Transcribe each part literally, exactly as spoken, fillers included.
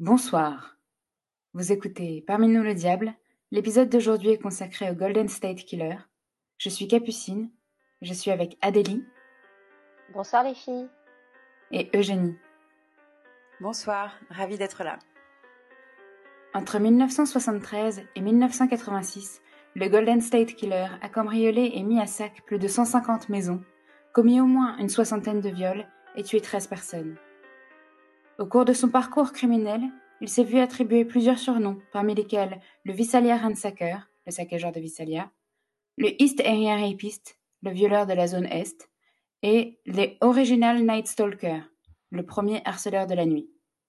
Bonsoir. Vous écoutez Parmi nous le diable. L'épisode d'aujourd'hui est consacré au Golden State Killer. Je suis Capucine. Je suis avec Adélie. Bonsoir les filles. Et Eugénie. Bonsoir, ravie d'être là. Entre mille neuf cent soixante-treize et mille neuf cent quatre-vingt-six, le Golden State Killer a cambriolé et mis à sac plus de cent cinquante maisons, commis au moins une soixantaine de viols et tué treize personnes. Au cours de son parcours criminel, il s'est vu attribuer plusieurs surnoms, parmi lesquels le Visalia Ransacker, le saccageur de Visalia, le East Area Rapist, le violeur de la zone Est, et les Original Night Stalker, le premier harceleur de la nuit.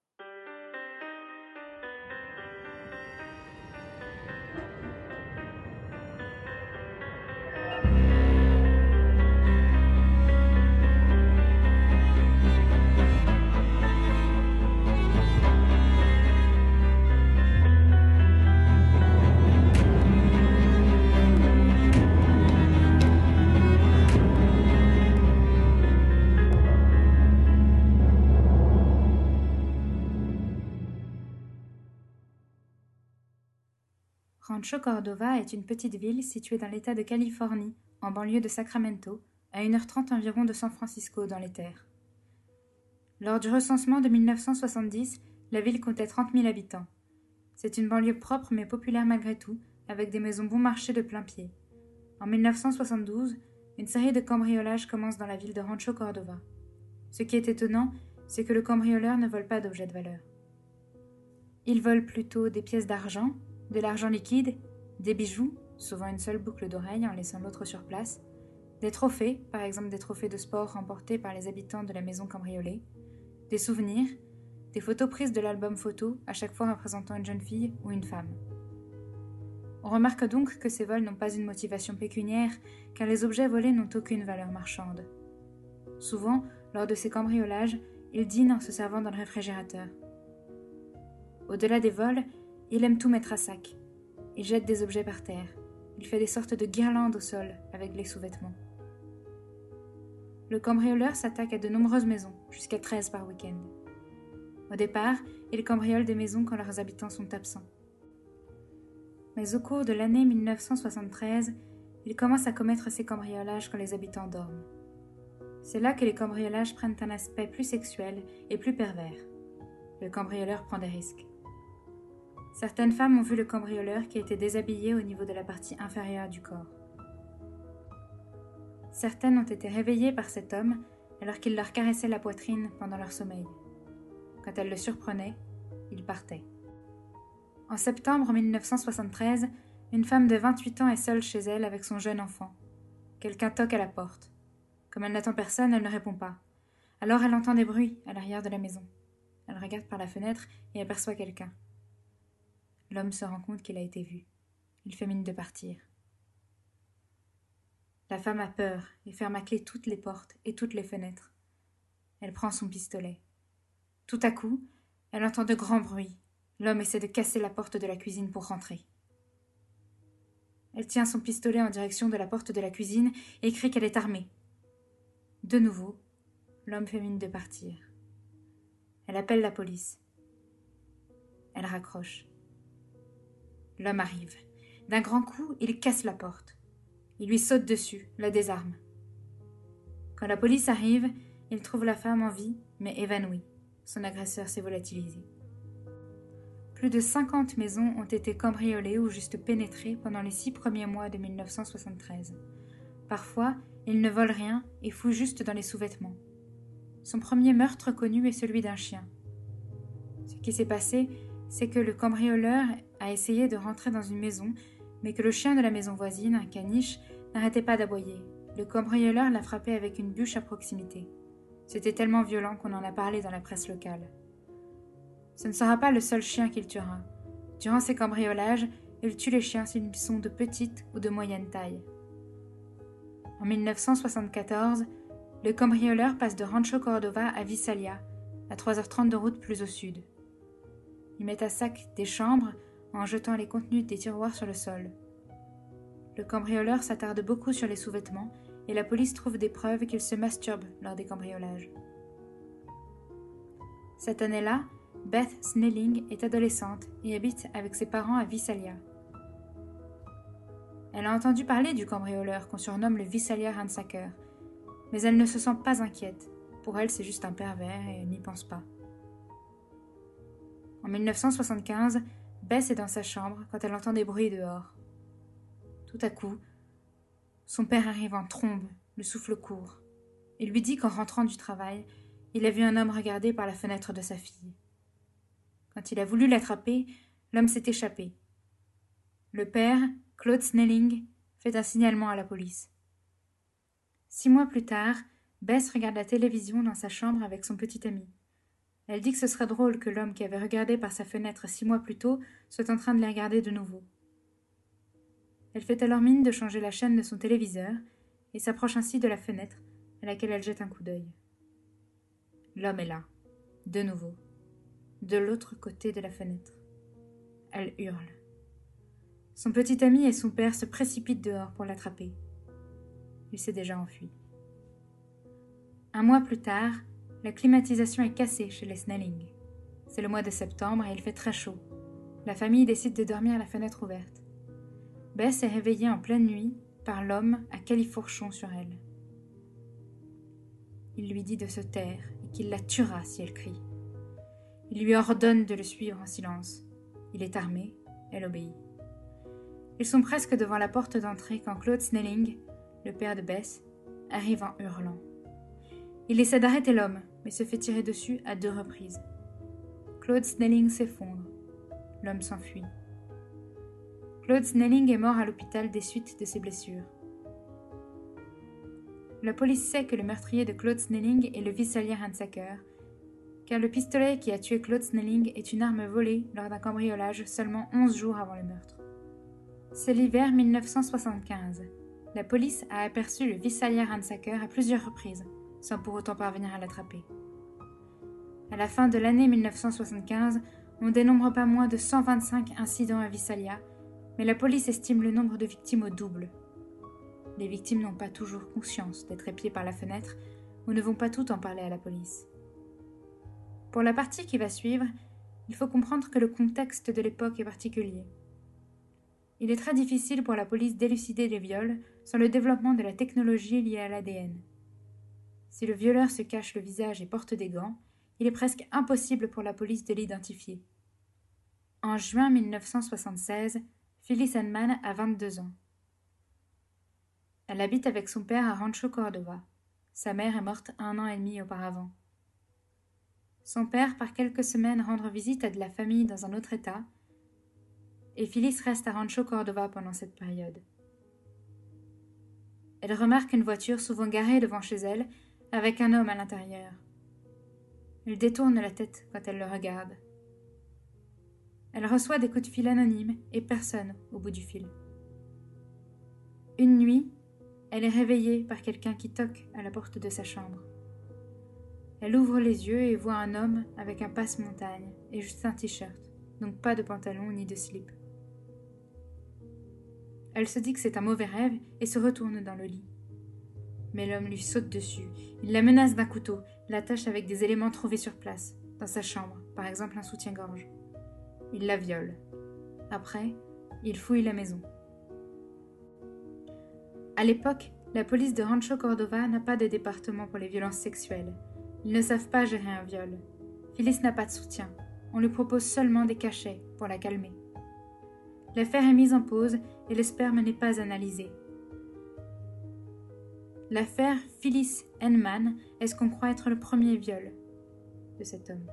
Rancho Cordova est une petite ville située dans l'État de Californie, en banlieue de Sacramento, à une heure trente environ de San Francisco dans les terres. Lors du recensement de mille neuf cent soixante-dix, la ville comptait trente mille habitants. C'est une banlieue propre mais populaire malgré tout, avec des maisons bon marché de plein pied. En mille neuf cent soixante-douze, une série de cambriolages commence dans la ville de Rancho Cordova. Ce qui est étonnant, c'est que le cambrioleur ne vole pas d'objets de valeur. Il vole plutôt des pièces d'argent, de l'argent liquide, des bijoux, souvent une seule boucle d'oreille en laissant l'autre sur place, des trophées, par exemple des trophées de sport remportés par les habitants de la maison cambriolée, des souvenirs, des photos prises de l'album photo, à chaque fois représentant une jeune fille ou une femme. On remarque donc que ces vols n'ont pas une motivation pécuniaire, car les objets volés n'ont aucune valeur marchande. Souvent, lors de ces cambriolages, ils dînent en se servant dans le réfrigérateur. Au-delà des vols, il aime tout mettre à sac. Il jette des objets par terre. Il fait des sortes de guirlandes au sol avec les sous-vêtements. Le cambrioleur s'attaque à de nombreuses maisons, jusqu'à treize par week-end. Au départ, il cambriole des maisons quand leurs habitants sont absents. Mais au cours de l'année mille neuf cent soixante-treize, il commence à commettre ses cambriolages quand les habitants dorment. C'est là que les cambriolages prennent un aspect plus sexuel et plus pervers. Le cambrioleur prend des risques. Certaines femmes ont vu le cambrioleur qui était déshabillé au niveau de la partie inférieure du corps. Certaines ont été réveillées par cet homme alors qu'il leur caressait la poitrine pendant leur sommeil. Quand elles le surprenaient, il partait. En septembre mille neuf cent soixante-treize, une femme de vingt-huit ans est seule chez elle avec son jeune enfant. Quelqu'un toque à la porte. Comme elle n'attend personne, elle ne répond pas. Alors elle entend des bruits à l'arrière de la maison. Elle regarde par la fenêtre et aperçoit quelqu'un. L'homme se rend compte qu'il a été vu. Il fait mine de partir. La femme a peur et ferme à clé toutes les portes et toutes les fenêtres. Elle prend son pistolet. Tout à coup, elle entend de grands bruits. L'homme essaie de casser la porte de la cuisine pour rentrer. Elle tient son pistolet en direction de la porte de la cuisine et crie qu'elle est armée. De nouveau, l'homme fait mine de partir. Elle appelle la police. Elle raccroche. L'homme arrive. D'un grand coup, il casse la porte. Il lui saute dessus, la désarme. Quand la police arrive, il trouve la femme en vie, mais évanouie. Son agresseur s'est volatilisé. Plus de cinquante maisons ont été cambriolées ou juste pénétrées pendant les six premiers mois de mille neuf cent soixante-treize. Parfois, il ne vole rien et fouille juste dans les sous-vêtements. Son premier meurtre connu est celui d'un chien. Ce qui s'est passé, c'est que le cambrioleur a essayé de rentrer dans une maison, mais que le chien de la maison voisine, un caniche, n'arrêtait pas d'aboyer. Le cambrioleur l'a frappé avec une bûche à proximité. C'était tellement violent qu'on en a parlé dans la presse locale. Ce ne sera pas le seul chien qu'il tuera. Durant ses cambriolages, il tue les chiens s'ils sont de petite ou de moyenne taille. En mille neuf cent soixante-quatorze, le cambrioleur passe de Rancho Cordova à Visalia, à trois heures trente de route plus au sud. Il met à sac des chambres en jetant les contenus des tiroirs sur le sol. Le cambrioleur s'attarde beaucoup sur les sous-vêtements et la police trouve des preuves qu'il se masturbe lors des cambriolages. Cette année-là, Beth Snelling est adolescente et habite avec ses parents à Visalia. Elle a entendu parler du cambrioleur qu'on surnomme le Visalia Ransacker, mais elle ne se sent pas inquiète. Pour elle, c'est juste un pervers et elle n'y pense pas. En mille neuf cent soixante-quinze, Beth est dans sa chambre quand elle entend des bruits dehors. Tout à coup, son père arrive en trombe, le souffle court. Il lui dit qu'en rentrant du travail, il a vu un homme regarder par la fenêtre de sa fille. Quand il a voulu l'attraper, l'homme s'est échappé. Le père, Claude Snelling, fait un signalement à la police. Six mois plus tard, Beth regarde la télévision dans sa chambre avec son petit ami. Elle dit que ce serait drôle que l'homme qui avait regardé par sa fenêtre six mois plus tôt soit en train de les regarder de nouveau. Elle fait alors mine de changer la chaîne de son téléviseur et s'approche ainsi de la fenêtre à laquelle elle jette un coup d'œil. L'homme est là, de nouveau, de l'autre côté de la fenêtre. Elle hurle. Son petit ami et son père se précipitent dehors pour l'attraper. Il s'est déjà enfui. Un mois plus tard, la climatisation est cassée chez les Snelling. C'est le mois de septembre et il fait très chaud. La famille décide de dormir à la fenêtre ouverte. Beth est réveillée en pleine nuit par l'homme à califourchon sur elle. Il lui dit de se taire et qu'il la tuera si elle crie. Il lui ordonne de le suivre en silence. Il est armé, elle obéit. Ils sont presque devant la porte d'entrée quand Claude Snelling, le père de Beth, arrive en hurlant. Il essaie d'arrêter l'homme, mais se fait tirer dessus à deux reprises. Claude Snelling s'effondre. L'homme s'enfuit. Claude Snelling est mort à l'hôpital des suites de ses blessures. La police sait que le meurtrier de Claude Snelling est le Visalia Ransacker, car le pistolet qui a tué Claude Snelling est une arme volée lors d'un cambriolage seulement onze jours avant le meurtre. C'est l'hiver mille neuf cent soixante-quinze. La police a aperçu le Visalia Ransacker à plusieurs reprises, sans pour autant parvenir à l'attraper. À la fin de l'année mille neuf cent soixante-quinze, on dénombre pas moins de cent vingt-cinq incidents à Visalia, mais la police estime le nombre de victimes au double. Les victimes n'ont pas toujours conscience d'être épiées par la fenêtre ou ne vont pas toutes en parler à la police. Pour la partie qui va suivre, il faut comprendre que le contexte de l'époque est particulier. Il est très difficile pour la police d'élucider les viols sans le développement de la technologie liée à l'A D N. Si le violeur se cache le visage et porte des gants, il est presque impossible pour la police de l'identifier. En juin mille neuf cent soixante-seize, Phyllis Henman a vingt-deux ans. Elle habite avec son père à Rancho Cordova. Sa mère est morte un an et demi auparavant. Son père part quelques semaines rendre visite à de la famille dans un autre État, et Phyllis reste à Rancho Cordova pendant cette période. Elle remarque une voiture souvent garée devant chez elle, avec un homme à l'intérieur. Elle détourne la tête quand elle le regarde. Elle reçoit des coups de fil anonymes et personne au bout du fil. Une nuit, elle est réveillée par quelqu'un qui toque à la porte de sa chambre. Elle ouvre les yeux et voit un homme avec un passe-montagne et juste un t-shirt, donc pas de pantalon ni de slip. Elle se dit que c'est un mauvais rêve et se retourne dans le lit. Mais l'homme lui saute dessus. Il la menace d'un couteau, l'attache avec des éléments trouvés sur place, dans sa chambre, par exemple un soutien-gorge. Il la viole. Après, il fouille la maison. À l'époque, la police de Rancho Cordova n'a pas de département pour les violences sexuelles. Ils ne savent pas gérer un viol. Phyllis n'a pas de soutien. On lui propose seulement des cachets pour la calmer. L'affaire est mise en pause et le sperme n'est pas analysé. L'affaire Phyllis Henman est ce qu'on croit être le premier viol de cet homme.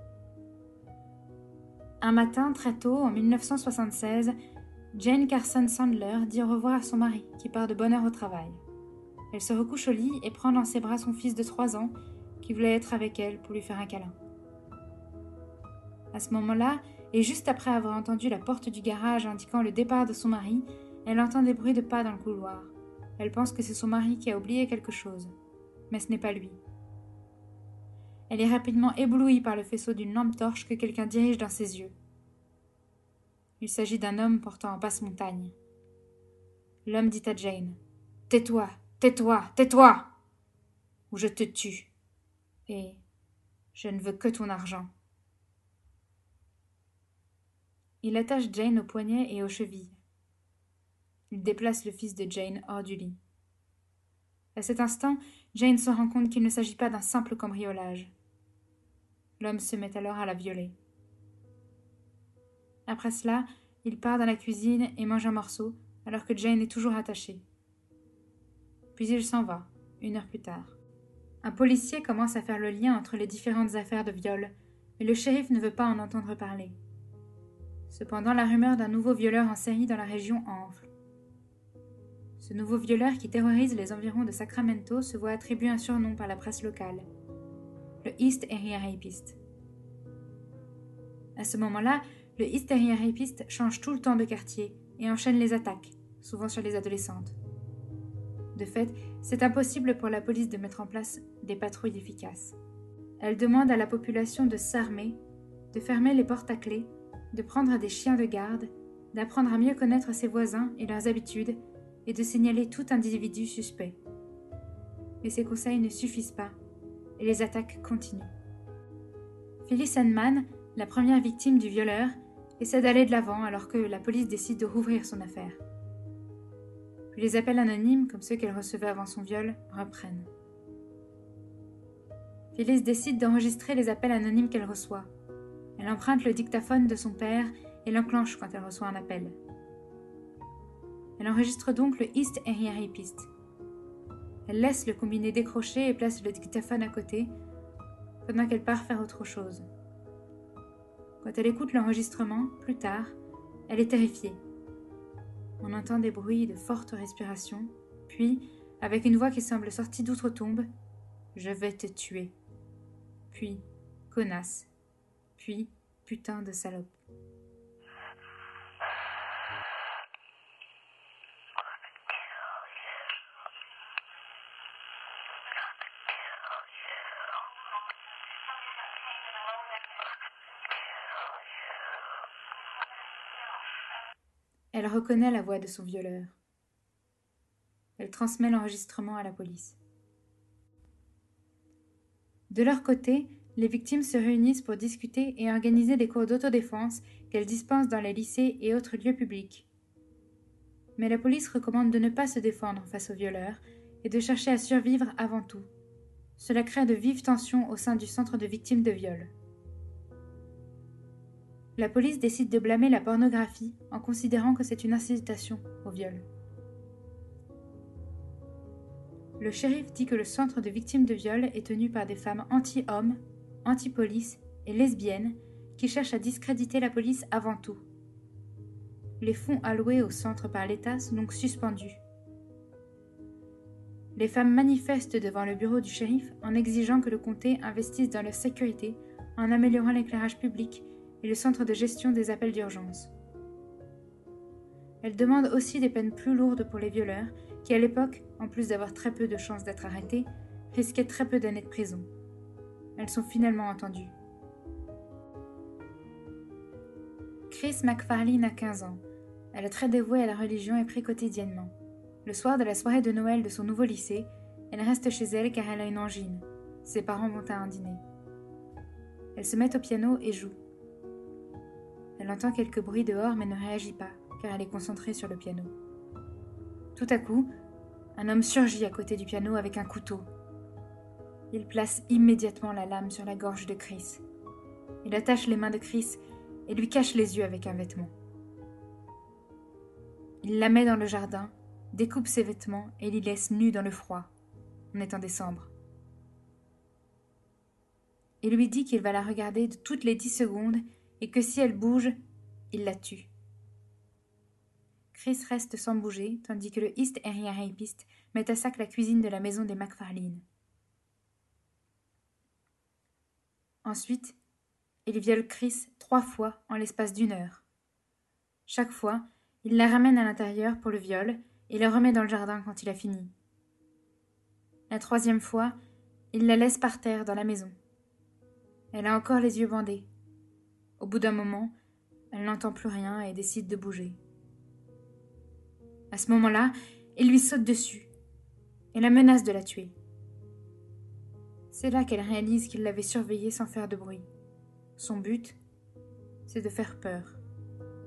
Un matin, très tôt, en mille neuf cent soixante-seize, Jane Carson Sandler dit au revoir à son mari, qui part de bonne heure au travail. Elle se recouche au lit et prend dans ses bras son fils de trois ans, qui voulait être avec elle pour lui faire un câlin. À ce moment-là, et juste après avoir entendu la porte du garage indiquant le départ de son mari, elle entend des bruits de pas dans le couloir. Elle pense que c'est son mari qui a oublié quelque chose, mais ce n'est pas lui. Elle est rapidement éblouie par le faisceau d'une lampe torche que quelqu'un dirige dans ses yeux. Il s'agit d'un homme portant un passe-montagne. L'homme dit à Jane « Tais-toi, tais-toi, tais-toi, ou je te tue, et je ne veux que ton argent. » Il attache Jane aux poignets et aux chevilles. Il déplace le fils de Jane hors du lit. À cet instant, Jane se rend compte qu'il ne s'agit pas d'un simple cambriolage. L'homme se met alors à la violer. Après cela, il part dans la cuisine et mange un morceau, alors que Jane est toujours attachée. Puis il s'en va, une heure plus tard. Un policier commence à faire le lien entre les différentes affaires de viol, mais le shérif ne veut pas en entendre parler. Cependant, la rumeur d'un nouveau violeur en série dans la région enfle. Ce nouveau violeur qui terrorise les environs de Sacramento se voit attribuer un surnom par la presse locale, le East Area Rapist. À ce moment-là, le East Area Rapist change tout le temps de quartier et enchaîne les attaques, souvent sur les adolescentes. De fait, c'est impossible pour la police de mettre en place des patrouilles efficaces. Elle demande à la population de s'armer, de fermer les portes à clé, de prendre des chiens de garde, d'apprendre à mieux connaître ses voisins et leurs habitudes, et de signaler tout individu suspect. Mais ces conseils ne suffisent pas, et les attaques continuent. Phyllis Henman, la première victime du violeur, essaie d'aller de l'avant alors que la police décide de rouvrir son affaire. Puis les appels anonymes, comme ceux qu'elle recevait avant son viol, reprennent. Phyllis décide d'enregistrer les appels anonymes qu'elle reçoit. Elle emprunte le dictaphone de son père et l'enclenche quand elle reçoit un appel. Elle enregistre donc le East Area Rapist. Elle laisse le combiné décroché et place le dictaphone à côté, pendant qu'elle part faire autre chose. Quand elle écoute l'enregistrement, plus tard, elle est terrifiée. On entend des bruits de fortes respirations, puis, avec une voix qui semble sortie d'outre-tombe, « Je vais te tuer ». Puis, « Connasse ». Puis, « Putain de salope ». Elle reconnaît la voix de son violeur. Elle transmet l'enregistrement à la police. De leur côté, les victimes se réunissent pour discuter et organiser des cours d'autodéfense qu'elles dispensent dans les lycées et autres lieux publics. Mais la police recommande de ne pas se défendre face aux violeurs et de chercher à survivre avant tout. Cela crée de vives tensions au sein du centre de victimes de viol. La police décide de blâmer la pornographie en considérant que c'est une incitation au viol. Le shérif dit que le centre de victimes de viol est tenu par des femmes anti-hommes, anti-police et lesbiennes qui cherchent à discréditer la police avant tout. Les fonds alloués au centre par l'État sont donc suspendus. Les femmes manifestent devant le bureau du shérif en exigeant que le comté investisse dans leur sécurité en améliorant l'éclairage public et le centre de gestion des appels d'urgence. Elles demandent aussi des peines plus lourdes pour les violeurs qui, à l'époque, en plus d'avoir très peu de chances d'être arrêtés, risquaient très peu d'années de prison. Elles sont finalement entendues. Chris McFarlane a quinze ans. Elle est très dévouée à la religion et prie quotidiennement. Le soir de la soirée de Noël de son nouveau lycée, elle reste chez elle car elle a une angine. Ses parents vont à un dîner. Elle se met au piano et joue. Elle entend quelques bruits dehors mais ne réagit pas, car elle est concentrée sur le piano. Tout à coup, un homme surgit à côté du piano avec un couteau. Il place immédiatement la lame sur la gorge de Chris. Il attache les mains de Chris et lui cache les yeux avec un vêtement. Il la met dans le jardin, découpe ses vêtements et l'y laisse nue dans le froid. On est en décembre. Il lui dit qu'il va la regarder de toutes les dix secondes et que si elle bouge, il la tue. Chris reste sans bouger, tandis que le East Area Rapist met à sac la cuisine de la maison des McFarlane. Ensuite, il viole Chris trois fois en l'espace d'une heure. Chaque fois, il la ramène à l'intérieur pour le viol et la remet dans le jardin quand il a fini. La troisième fois, il la laisse par terre dans la maison. Elle a encore les yeux bandés. Au bout d'un moment, elle n'entend plus rien et décide de bouger. À ce moment-là, il lui saute dessus et la menace de la tuer. C'est là qu'elle réalise qu'il l'avait surveillée sans faire de bruit. Son but, c'est de faire peur.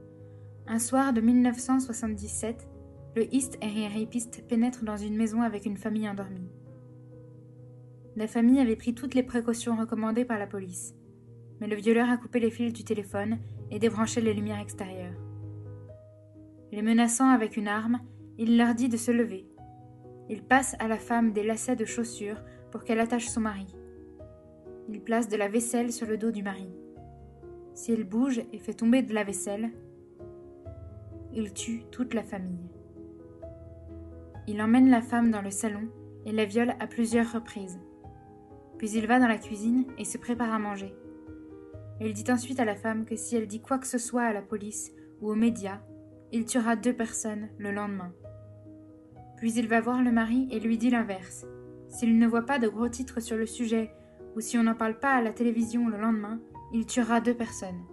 Un soir de mille neuf cent soixante-dix-sept, le East Area Rapist pénètre dans une maison avec une famille endormie. La famille avait pris toutes les précautions recommandées par la police, mais le violeur a coupé les fils du téléphone et débranché les lumières extérieures. Les menaçant avec une arme, il leur dit de se lever. Il passe à la femme des lacets de chaussures pour qu'elle attache son mari. Il place de la vaisselle sur le dos du mari. Si elle bouge et fait tomber de la vaisselle, il tue toute la famille. Il emmène la femme dans le salon et la viole à plusieurs reprises. Puis il va dans la cuisine et se prépare à manger. Il dit ensuite à la femme que si elle dit quoi que ce soit à la police ou aux médias, il tuera deux personnes le lendemain. Puis il va voir le mari et lui dit l'inverse. S'il ne voit pas de gros titres sur le sujet ou si on n'en parle pas à la télévision le lendemain, il tuera deux personnes.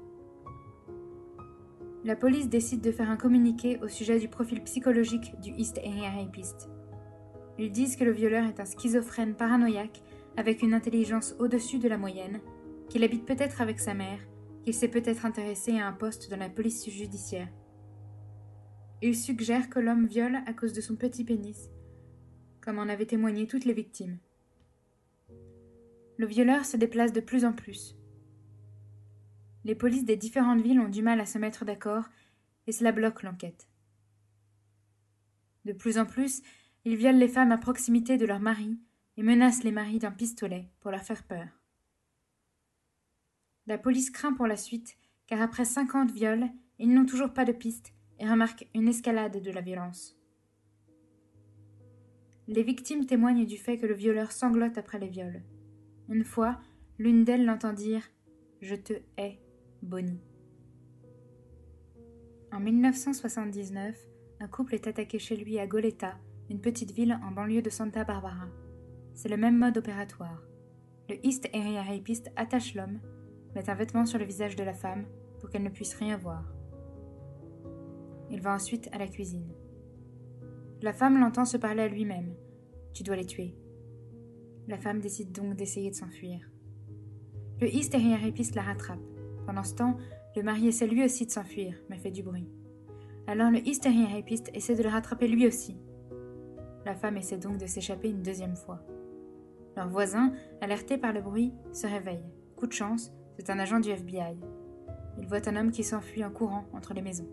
La police décide de faire un communiqué au sujet du profil psychologique du East Area Rapist. Ils disent que le violeur est un schizophrène paranoïaque avec une intelligence au-dessus de la moyenne, qu'il habite peut-être avec sa mère, qu'il s'est peut-être intéressé à un poste dans la police judiciaire. Ils suggèrent que l'homme viole à cause de son petit pénis, comme en avaient témoigné toutes les victimes. Le violeur se déplace de plus en plus. Les polices des différentes villes ont du mal à se mettre d'accord et cela bloque l'enquête. De plus en plus, il viole les femmes à proximité de leurs maris et menace les maris d'un pistolet pour leur faire peur. La police craint pour la suite, car après cinquante viols, ils n'ont toujours pas de piste et remarquent une escalade de la violence. Les victimes témoignent du fait que le violeur sanglote après les viols. Une fois, l'une d'elles l'entend dire « Je te hais, Bonnie ». En mille neuf cent soixante-dix-neuf, un couple est attaqué chez lui à Goleta, une petite ville en banlieue de Santa Barbara. C'est le même mode opératoire. Le East Area Rapist attache l'homme, met un vêtement sur le visage de la femme pour qu'elle ne puisse rien voir. Il va ensuite à la cuisine. La femme l'entend se parler à lui-même. « Tu dois les tuer. » La femme décide donc d'essayer de s'enfuir. Le East Area Rapist la rattrape. Pendant ce temps, le mari essaie lui aussi de s'enfuir, mais fait du bruit. Alors le East Area Rapist essaie de le rattraper lui aussi. La femme essaie donc de s'échapper une deuxième fois. Leur voisin, alerté par le bruit, se réveille. Coup de chance, c'est un agent du F B I. Il voit un homme qui s'enfuit en courant entre les maisons.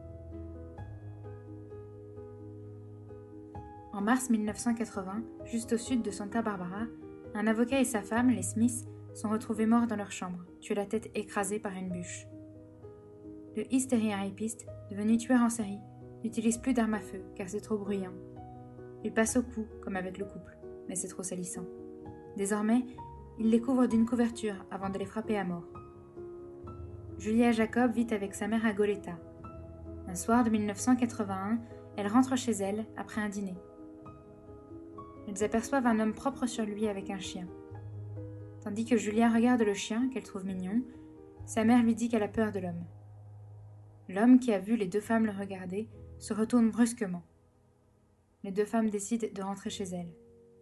En mars mille neuf cent quatre-vingts, juste au sud de Santa Barbara, un avocat et sa femme, les Smith, sont retrouvés morts dans leur chambre, tués la tête écrasée par une bûche. Le East Area Rapist, devenu tueur en série, n'utilise plus d'armes à feu car c'est trop bruyant. Il passe au cou, comme avec le couple, mais c'est trop salissant. Désormais, il les couvre d'une couverture avant de les frapper à mort. Julia Jacob vit avec sa mère à Goleta. Un soir de mille neuf cent quatre-vingt-un, elle rentre chez elle après un dîner. Elles aperçoivent un homme propre sur lui avec un chien. Tandis que Julia regarde le chien, qu'elle trouve mignon, sa mère lui dit qu'elle a peur de l'homme. L'homme qui a vu les deux femmes le regarder se retourne brusquement. Les deux femmes décident de rentrer chez elles.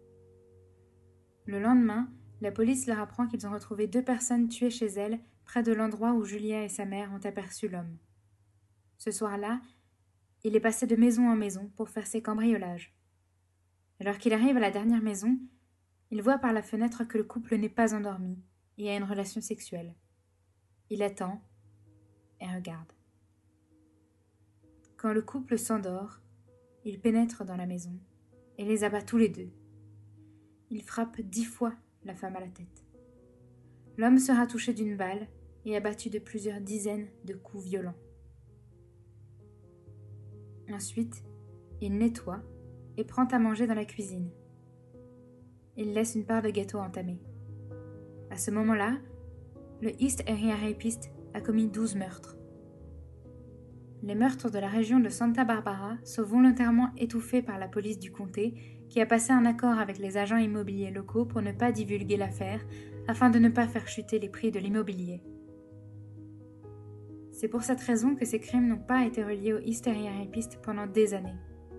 Le lendemain, la police leur apprend qu'ils ont retrouvé deux personnes tuées chez elles, près de l'endroit où Julia et sa mère ont aperçu l'homme. Ce soir-là, il est passé de maison en maison pour faire ses cambriolages. Alors qu'il arrive à la dernière maison, il voit par la fenêtre que le couple n'est pas endormi et a une relation sexuelle. Il attend et regarde. Quand le couple s'endort, il pénètre dans la maison et les abat tous les deux. Il frappe dix fois la femme à la tête. L'homme sera touché d'une balle et abattu de plusieurs dizaines de coups violents. Ensuite, il nettoie et prend à manger dans la cuisine. Il laisse une part de gâteau entamée. À ce moment-là, le East Area Rapist a commis douze meurtres. Les meurtres de la région de Santa Barbara sont volontairement étouffés par la police du comté qui a passé un accord avec les agents immobiliers locaux pour ne pas divulguer l'affaire afin de ne pas faire chuter les prix de l'immobilier. C'est pour cette raison que ces crimes n'ont pas été reliés au East Area Rapist pendant des années.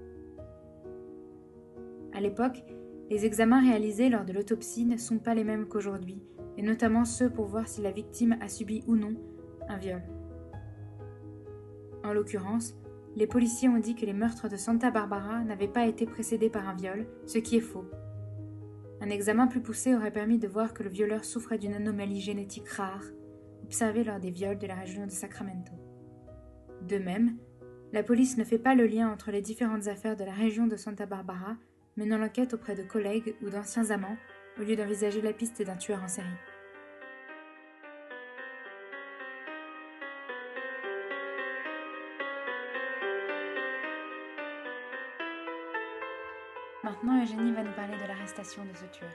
À l'époque, les examens réalisés lors de l'autopsie ne sont pas les mêmes qu'aujourd'hui, et notamment ceux pour voir si la victime a subi ou non un viol. En l'occurrence, les policiers ont dit que les meurtres de Santa Barbara n'avaient pas été précédés par un viol, ce qui est faux. Un examen plus poussé aurait permis de voir que le violeur souffrait d'une anomalie génétique rare, observée lors des viols de la région de Sacramento. De même, la police ne fait pas le lien entre les différentes affaires de la région de Santa Barbara, menant l'enquête auprès de collègues ou d'anciens amants, au lieu d'envisager la piste d'un tueur en série. Maintenant, Eugénie va nous parler de l'arrestation de ce tueur.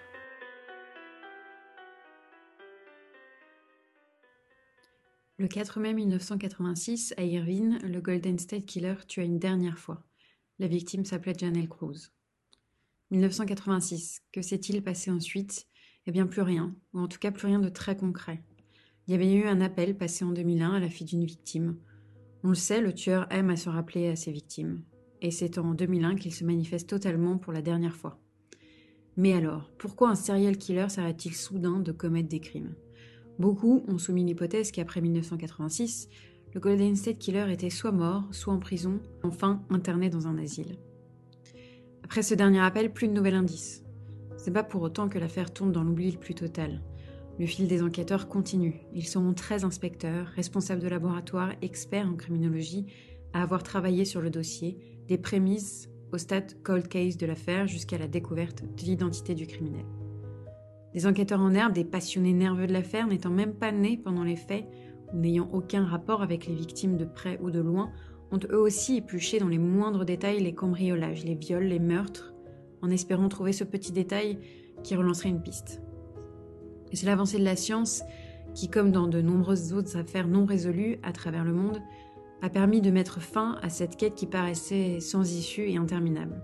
Le quatre mai mille neuf cent quatre-vingt-six, à Irvine, le Golden State Killer tua une dernière fois. La victime s'appelait Janelle Cruz. mille neuf cent quatre-vingt-six, que s'est-il passé ensuite ? Eh bien plus rien, ou en tout cas plus rien de très concret. Il y avait eu un appel passé en deux mille un à la fille d'une victime. On le sait, le tueur aime à se rappeler à ses victimes. Et c'est en deux mille un qu'il se manifeste totalement pour la dernière fois. Mais alors, pourquoi un serial killer s'arrête-t-il soudain de commettre des crimes ? Beaucoup ont soumis l'hypothèse qu'après mille neuf cent quatre-vingt-six, le Golden State Killer était soit mort, soit en prison, enfin interné dans un asile. Après ce dernier appel, plus de nouvel indice. C'est pas pour autant que l'affaire tombe dans l'oubli le plus total. Le fil des enquêteurs continue. Ils seront treize inspecteurs, responsables de laboratoire, experts en criminologie, à avoir travaillé sur le dossier, des prémices au stade cold case de l'affaire jusqu'à la découverte de l'identité du criminel. Des enquêteurs en herbe, des passionnés nerveux de l'affaire, n'étant même pas nés pendant les faits ou n'ayant aucun rapport avec les victimes de près ou de loin, ont eux aussi épluché dans les moindres détails les cambriolages, les viols, les meurtres, en espérant trouver ce petit détail qui relancerait une piste. Et c'est l'avancée de la science qui, comme dans de nombreuses autres affaires non résolues à travers le monde, a permis de mettre fin à cette quête qui paraissait sans issue et interminable.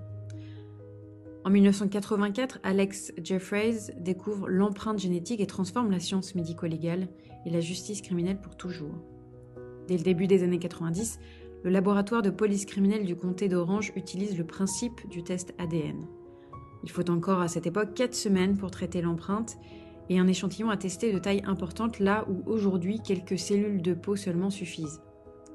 En mille neuf cent quatre-vingt-quatre, Alex Jeffreys découvre l'empreinte génétique et transforme la science médico-légale et la justice criminelle pour toujours. Dès le début des années quatre-vingt-dix, le laboratoire de police criminelle du comté d'Orange utilise le principe du test A D N. Il faut encore à cette époque quatre semaines pour traiter l'empreinte et un échantillon attesté de taille importante là où aujourd'hui quelques cellules de peau seulement suffisent.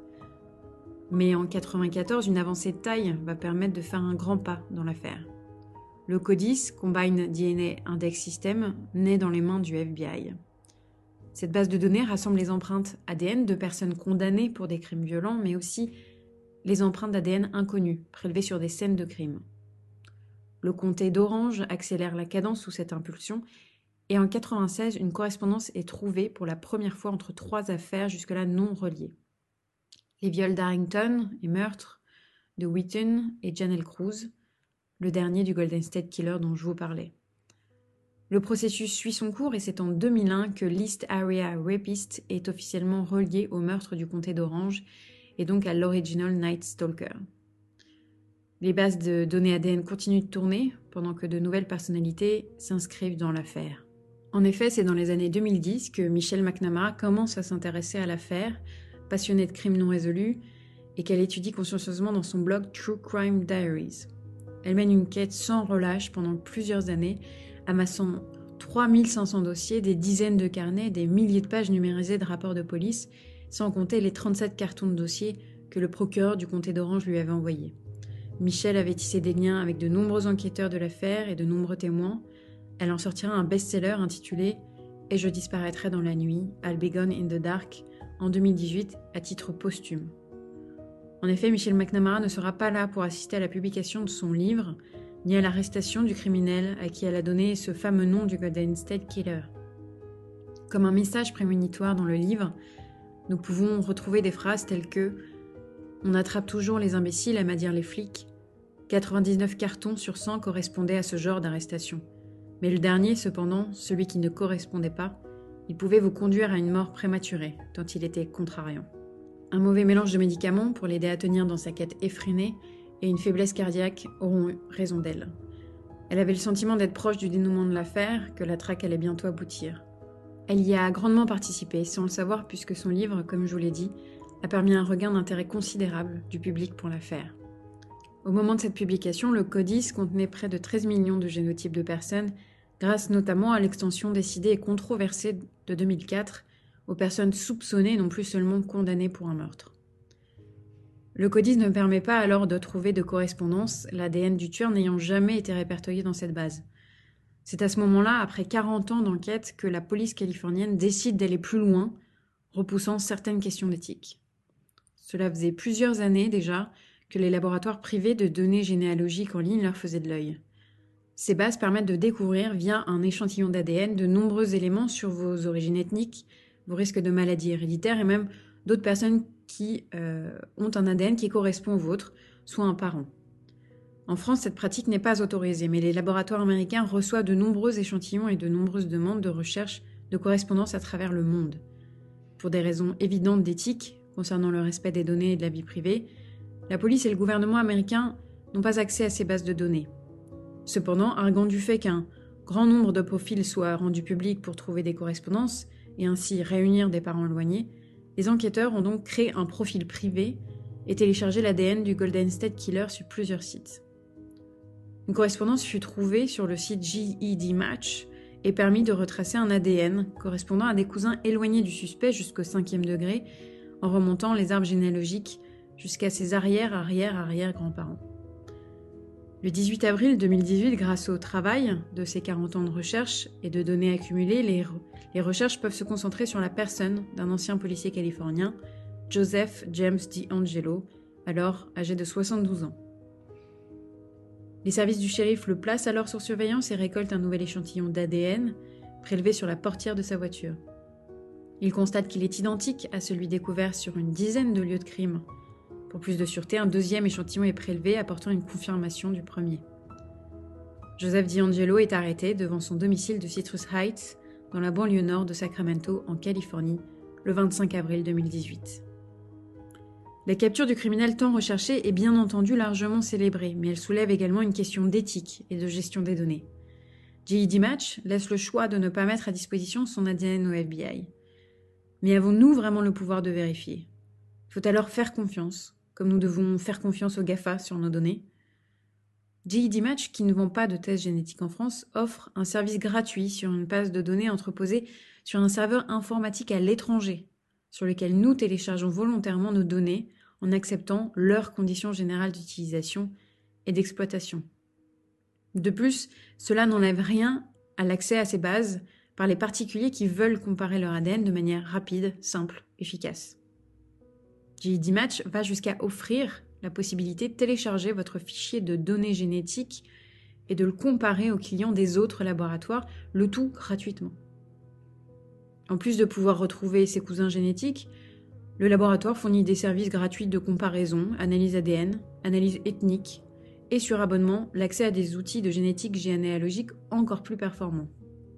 Mais en quatre-vingt-quatorze, une avancée de taille va permettre de faire un grand pas dans l'affaire. Le CODIS, Combined D N A Index System, naît dans les mains du F B I. Cette base de données rassemble les empreintes A D N de personnes condamnées pour des crimes violents, mais aussi les empreintes d'A D N inconnues, prélevées sur des scènes de crime. Le comté d'Orange accélère la cadence sous cette impulsion, et en quatre-vingt-seize, une correspondance est trouvée pour la première fois entre trois affaires jusque-là non reliées. Les viols d'Harrington et meurtres de Wheaton et Janelle Cruz, le dernier du Golden State Killer dont je vous parlais. Le processus suit son cours et c'est en deux mille un que l'East Area Rapist est officiellement relié au meurtre du comté d'Orange et donc à l'Original Night Stalker. Les bases de données A D N continuent de tourner pendant que de nouvelles personnalités s'inscrivent dans l'affaire. En effet, c'est dans les années deux mille dix que Michelle McNamara commence à s'intéresser à l'affaire, passionnée de crimes non résolus, et qu'elle étudie consciencieusement dans son blog True Crime Diaries. Elle mène une quête sans relâche pendant plusieurs années, amassant trois mille cinq cents dossiers, des dizaines de carnets, des milliers de pages numérisées de rapports de police, sans compter les trente-sept cartons de dossiers que le procureur du comté d'Orange lui avait envoyés. Michelle avait tissé des liens avec de nombreux enquêteurs de l'affaire et de nombreux témoins. Elle en sortira un best-seller intitulé « Et je disparaîtrai dans la nuit, I'll be gone in the dark » en deux mille dix-huit à titre posthume. En effet, Michelle McNamara ne sera pas là pour assister à la publication de son livre, ni à l'arrestation du criminel à qui elle a donné ce fameux nom du Golden State Killer. Comme un message prémonitoire dans le livre, nous pouvons retrouver des phrases telles que « On attrape toujours les imbéciles, aiment à dire les flics ». quatre-vingt-dix-neuf cartons sur cent correspondaient à ce genre d'arrestation. Mais le dernier, cependant, celui qui ne correspondait pas, il pouvait vous conduire à une mort prématurée, tant il était contrariant. Un mauvais mélange de médicaments pour l'aider à tenir dans sa quête effrénée et une faiblesse cardiaque auront eu raison d'elle. Elle avait le sentiment d'être proche du dénouement de l'affaire, que la traque allait bientôt aboutir. Elle y a grandement participé, sans le savoir puisque son livre, comme je vous l'ai dit, a permis un regain d'intérêt considérable du public pour l'affaire. Au moment de cette publication, le CODIS contenait près de treize millions de génotypes de personnes, grâce notamment à l'extension décidée et controversée de deux mille quatre aux personnes soupçonnées et non plus seulement condamnées pour un meurtre. Le CODIS ne permet pas alors de trouver de correspondance, l'A D N du tueur n'ayant jamais été répertorié dans cette base. C'est à ce moment-là, après quarante ans d'enquête, que la police californienne décide d'aller plus loin, repoussant certaines questions d'éthique. Cela faisait plusieurs années déjà que les laboratoires privés de données généalogiques en ligne leur faisaient de l'œil. Ces bases permettent de découvrir, via un échantillon d'A D N, de nombreux éléments sur vos origines ethniques, vos risques de maladies héréditaires et même d'autres personnes qui euh, ont un A D N qui correspond au vôtre, soit un parent. En France, cette pratique n'est pas autorisée, mais les laboratoires américains reçoivent de nombreux échantillons et de nombreuses demandes de recherche de correspondance à travers le monde. Pour des raisons évidentes d'éthique, concernant le respect des données et de la vie privée, la police et le gouvernement américain n'ont pas accès à ces bases de données. Cependant, arguant du fait qu'un grand nombre de profils soient rendus publics pour trouver des correspondances et ainsi réunir des parents éloignés, les enquêteurs ont donc créé un profil privé et téléchargé l'A D N du Golden State Killer sur plusieurs sites. Une correspondance fut trouvée sur le site G E D Match et permit de retracer un A D N correspondant à des cousins éloignés du suspect jusqu'au cinquième degré, en remontant les arbres généalogiques jusqu'à ses arrière-arrière-arrière-grands-parents. Le dix-huit avril deux mille dix-huit, grâce au travail de ces quarante ans de recherche et de données accumulées, les, re- les recherches peuvent se concentrer sur la personne d'un ancien policier californien, Joseph James DeAngelo, alors âgé de soixante-douze ans. Les services du shérif le placent alors sur surveillance et récoltent un nouvel échantillon d'A D N prélevé sur la portière de sa voiture. Ils constatent qu'il est identique à celui découvert sur une dizaine de lieux de crime. Pour plus de sûreté, un deuxième échantillon est prélevé, apportant une confirmation du premier. Joseph DeAngelo est arrêté devant son domicile de Citrus Heights, dans la banlieue nord de Sacramento, en Californie, le vingt-cinq avril deux mille dix-huit. La capture du criminel tant recherché est bien entendu largement célébrée, mais elle soulève également une question d'éthique et de gestion des données. G E D Match laisse le choix de ne pas mettre à disposition son A D N au F B I. Mais avons-nous vraiment le pouvoir de vérifier ? Il faut alors faire confiance, comme nous devons faire confiance aux GAFA sur nos données. G E D Match, qui ne vend pas de tests génétiques en France, offre un service gratuit sur une base de données entreposée sur un serveur informatique à l'étranger, sur lequel nous téléchargeons volontairement nos données en acceptant leurs conditions générales d'utilisation et d'exploitation. De plus, cela n'enlève rien à l'accès à ces bases par les particuliers qui veulent comparer leur A D N de manière rapide, simple, efficace. G E D Match va jusqu'à offrir la possibilité de télécharger votre fichier de données génétiques et de le comparer aux clients des autres laboratoires, le tout gratuitement. En plus de pouvoir retrouver ses cousins génétiques, le laboratoire fournit des services gratuits de comparaison, analyse A D N, analyse ethnique et sur abonnement l'accès à des outils de génétique généalogique encore plus performants.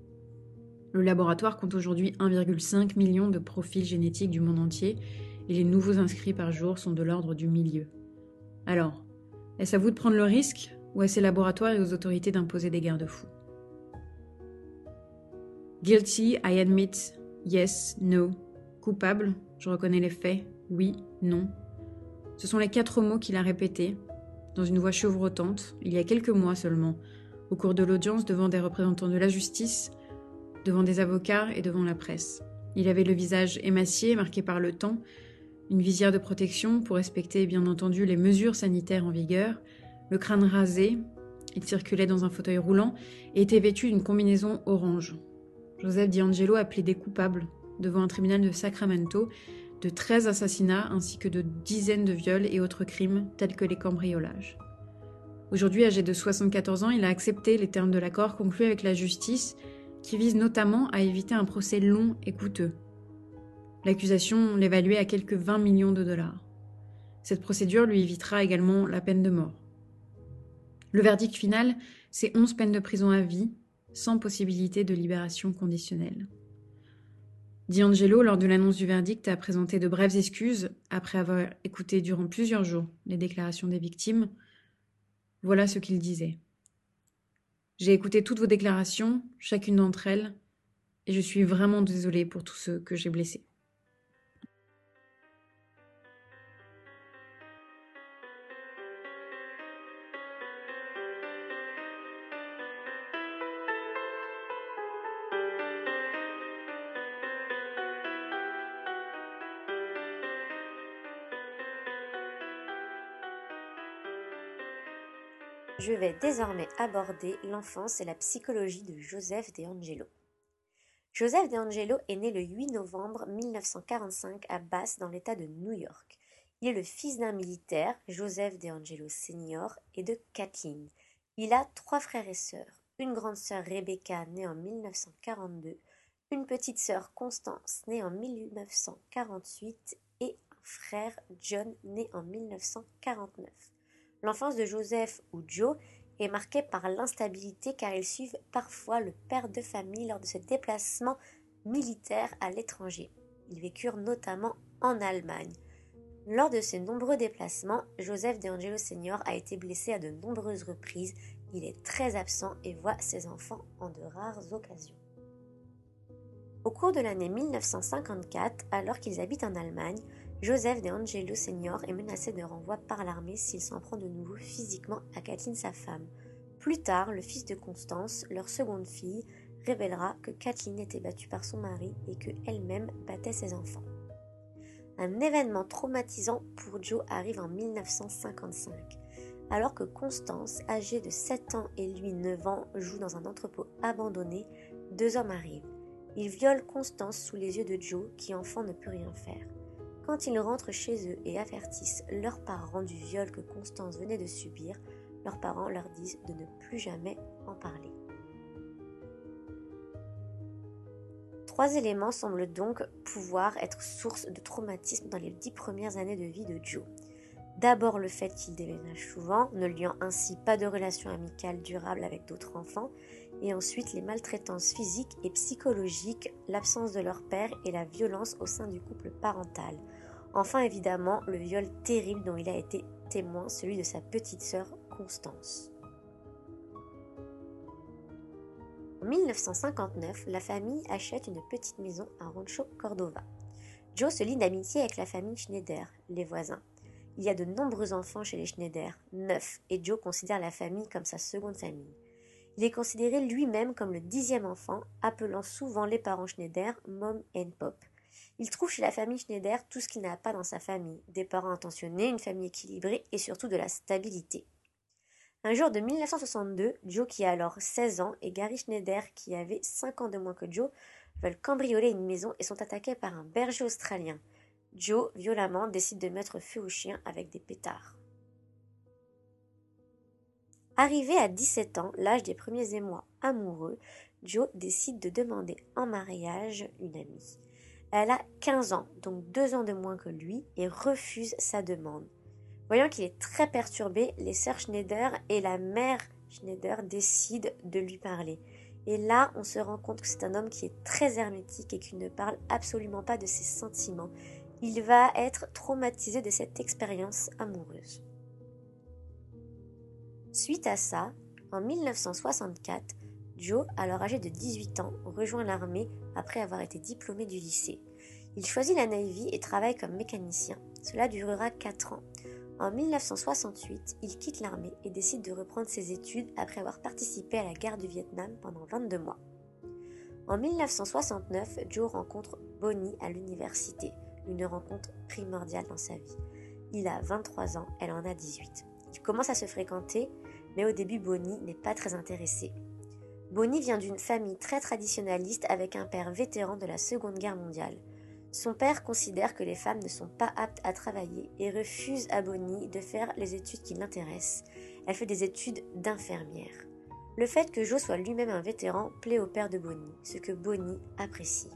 Le laboratoire compte aujourd'hui un virgule cinq million de profils génétiques du monde entier et les nouveaux inscrits par jour sont de l'ordre du millier. Alors, est-ce à vous de prendre le risque ou à ces laboratoires et aux autorités d'imposer des garde-fous ? Guilty, I admit, yes, no. Coupable, je reconnais les faits, oui, non. Ce sont les quatre mots qu'il a répétés, dans une voix chevrotante, il y a quelques mois seulement, au cours de l'audience devant des représentants de la justice, devant des avocats et devant la presse. Il avait le visage émacié, marqué par le temps, une visière de protection pour respecter bien entendu les mesures sanitaires en vigueur, le crâne rasé, il circulait dans un fauteuil roulant et était vêtu d'une combinaison orange. Joseph DeAngelo a plaidé coupable devant un tribunal de Sacramento de treize assassinats ainsi que de dizaines de viols et autres crimes tels que les cambriolages. Aujourd'hui, âgé de soixante-quatorze ans, il a accepté les termes de l'accord conclu avec la justice qui vise notamment à éviter un procès long et coûteux. L'accusation l'évaluait à quelques vingt millions de dollars. Cette procédure lui évitera également la peine de mort. Le verdict final, c'est onze peines de prison à vie, sans possibilité de libération conditionnelle. DeAngelo, lors de l'annonce du verdict, a présenté de brèves excuses après avoir écouté durant plusieurs jours les déclarations des victimes. Voilà ce qu'il disait. « J'ai écouté toutes vos déclarations, chacune d'entre elles, et je suis vraiment désolé pour tous ceux que j'ai blessés. » Je vais désormais aborder l'enfance et la psychologie de Joseph DeAngelo. Joseph DeAngelo est né le huit novembre mille neuf cent quarante-cinq à Bath dans l'État de New York. Il est le fils d'un militaire, Joseph DeAngelo senior, et de Kathleen. Il a trois frères et sœurs, une grande sœur Rebecca née en mille neuf cent quarante-deux, une petite sœur Constance née en mille neuf cent quarante-huit et un frère John né en mille neuf cent quarante-neuf. L'enfance de Joseph ou Joe est marquée par l'instabilité car ils suivent parfois le père de famille lors de ses déplacements militaires à l'étranger. Ils vécurent notamment en Allemagne. Lors de ces nombreux déplacements, Joseph DeAngelo senior a été blessé à de nombreuses reprises. Il est très absent et voit ses enfants en de rares occasions. Au cours de l'année mille neuf cent cinquante-quatre, alors qu'ils habitent en Allemagne, Joseph DeAngelo senior est menacé de renvoi par l'armée s'il s'en prend de nouveau physiquement à Kathleen sa femme. Plus tard, le fils de Constance, leur seconde fille, révélera que Kathleen était battue par son mari et qu'elle-même battait ses enfants. Un événement traumatisant pour Joe arrive en mille neuf cent cinquante-cinq. Alors que Constance, âgée de sept ans et lui neuf ans, joue dans un entrepôt abandonné, deux hommes arrivent. Ils violent Constance sous les yeux de Joe, qui enfant ne peut rien faire. Quand ils rentrent chez eux et avertissent leurs parents du viol que Constance venait de subir, leurs parents leur disent de ne plus jamais en parler. Trois éléments semblent donc pouvoir être source de traumatisme dans les dix premières années de vie de Joe. D'abord le fait qu'il déménage souvent, ne liant ainsi pas de relation amicale durable avec d'autres enfants, et ensuite les maltraitances physiques et psychologiques, l'absence de leur père et la violence au sein du couple parental. Enfin évidemment le viol terrible dont il a été témoin, celui de sa petite sœur Constance. En mille neuf cent cinquante-neuf, la famille achète une petite maison à Rancho Cordova. Joe se lie d'amitié avec la famille Schneider, les voisins. Il y a de nombreux enfants chez les Schneider, neuf, et Joe considère la famille comme sa seconde famille. Il est considéré lui-même comme le dixième enfant, appelant souvent les parents Schneider « Mom and Pop ». Il trouve chez la famille Schneider tout ce qu'il n'a pas dans sa famille, des parents intentionnés, une famille équilibrée et surtout de la stabilité. Un jour de mille neuf cent soixante-deux, Joe qui a alors seize ans et Gary Schneider qui avait cinq ans de moins que Joe veulent cambrioler une maison et sont attaqués par un berger australien. Joe, violemment, décide de mettre feu au chien avec des pétards. Arrivé à dix-sept ans, l'âge des premiers émois amoureux, Joe décide de demander en mariage une amie. Elle a quinze ans, donc deux ans de moins que lui, et refuse sa demande. Voyant qu'il est très perturbé, les sœurs Schneider et la mère Schneider décident de lui parler. Et là, on se rend compte que c'est un homme qui est très hermétique et qui ne parle absolument pas de ses sentiments. Il va être traumatisé de cette expérience amoureuse. Suite à ça, en mille neuf cent soixante-quatre, Joe, alors âgé de dix-huit ans, rejoint l'armée après avoir été diplômé du lycée. Il choisit la Navy et travaille comme mécanicien. Cela durera quatre ans. En mille neuf cent soixante-huit, il quitte l'armée et décide de reprendre ses études après avoir participé à la guerre du Vietnam pendant vingt-deux mois. En mille neuf cent soixante-neuf, Joe rencontre Bonnie à l'université, une rencontre primordiale dans sa vie. Il a vingt-trois ans, elle en a dix-huit. Ils commencent à se fréquenter, mais au début Bonnie n'est pas très intéressée. Bonnie vient d'une famille très traditionnaliste avec un père vétéran de la Seconde Guerre mondiale. Son père considère que les femmes ne sont pas aptes à travailler et refuse à Bonnie de faire les études qui l'intéressent. Elle fait des études d'infirmière. Le fait que Joe soit lui-même un vétéran plaît au père de Bonnie, ce que Bonnie apprécie.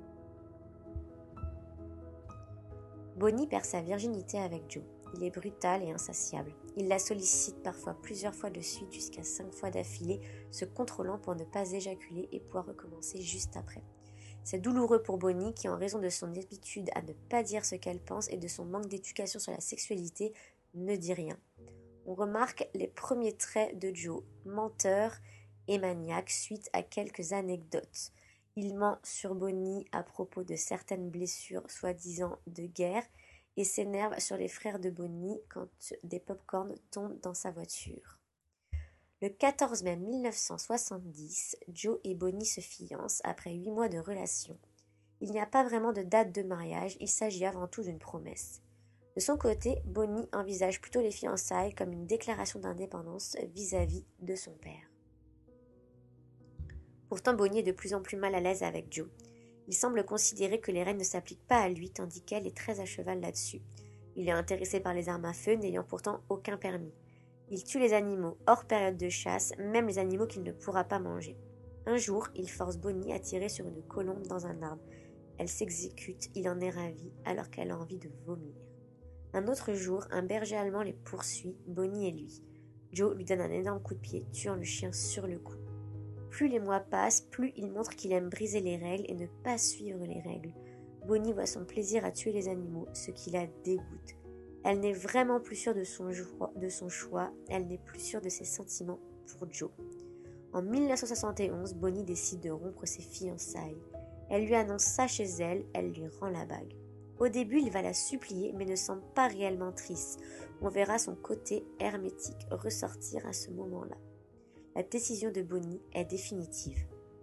Bonnie perd sa virginité avec Joe. Il est brutal et insatiable. Il la sollicite parfois plusieurs fois de suite jusqu'à cinq fois d'affilée, se contrôlant pour ne pas éjaculer et pouvoir recommencer juste après. C'est douloureux pour Bonnie qui, en raison de son habitude à ne pas dire ce qu'elle pense et de son manque d'éducation sur la sexualité, ne dit rien. On remarque les premiers traits de Joe, menteur et maniaque suite à quelques anecdotes. Il ment sur Bonnie à propos de certaines blessures soi-disant de guerre et s'énerve sur les frères de Bonnie quand des pop-corns tombent dans sa voiture. Le quatorze mai mille neuf cent soixante-dix, Joe et Bonnie se fiancent après huit mois de relation. Il n'y a pas vraiment de date de mariage, il s'agit avant tout d'une promesse. De son côté, Bonnie envisage plutôt les fiançailles comme une déclaration d'indépendance vis-à-vis de son père. Pourtant, Bonnie est de plus en plus mal à l'aise avec Joe. Il semble considérer que les règles ne s'appliquent pas à lui, tandis qu'elle est très à cheval là-dessus. Il est intéressé par les armes à feu, n'ayant pourtant aucun permis. Il tue les animaux hors période de chasse, même les animaux qu'il ne pourra pas manger. Un jour, il force Bonnie à tirer sur une colombe dans un arbre. Elle s'exécute, il en est ravi, alors qu'elle a envie de vomir. Un autre jour, un berger allemand les poursuit, Bonnie et lui. Joe lui donne un énorme coup de pied, tuant le chien sur le coup. Plus les mois passent, plus il montre qu'il aime briser les règles et ne pas suivre les règles. Bonnie voit son plaisir à tuer les animaux, ce qui la dégoûte. Elle n'est vraiment plus sûre de son, joie, de son choix, elle n'est plus sûre de ses sentiments pour Joe. En dix-neuf cent soixante et onze, Bonnie décide de rompre ses fiançailles. Elle lui annonce ça chez elle, elle lui rend la bague. Au début, il va la supplier, mais ne semble pas réellement triste. On verra son côté hermétique ressortir à ce moment-là. La décision de Bonnie est définitive.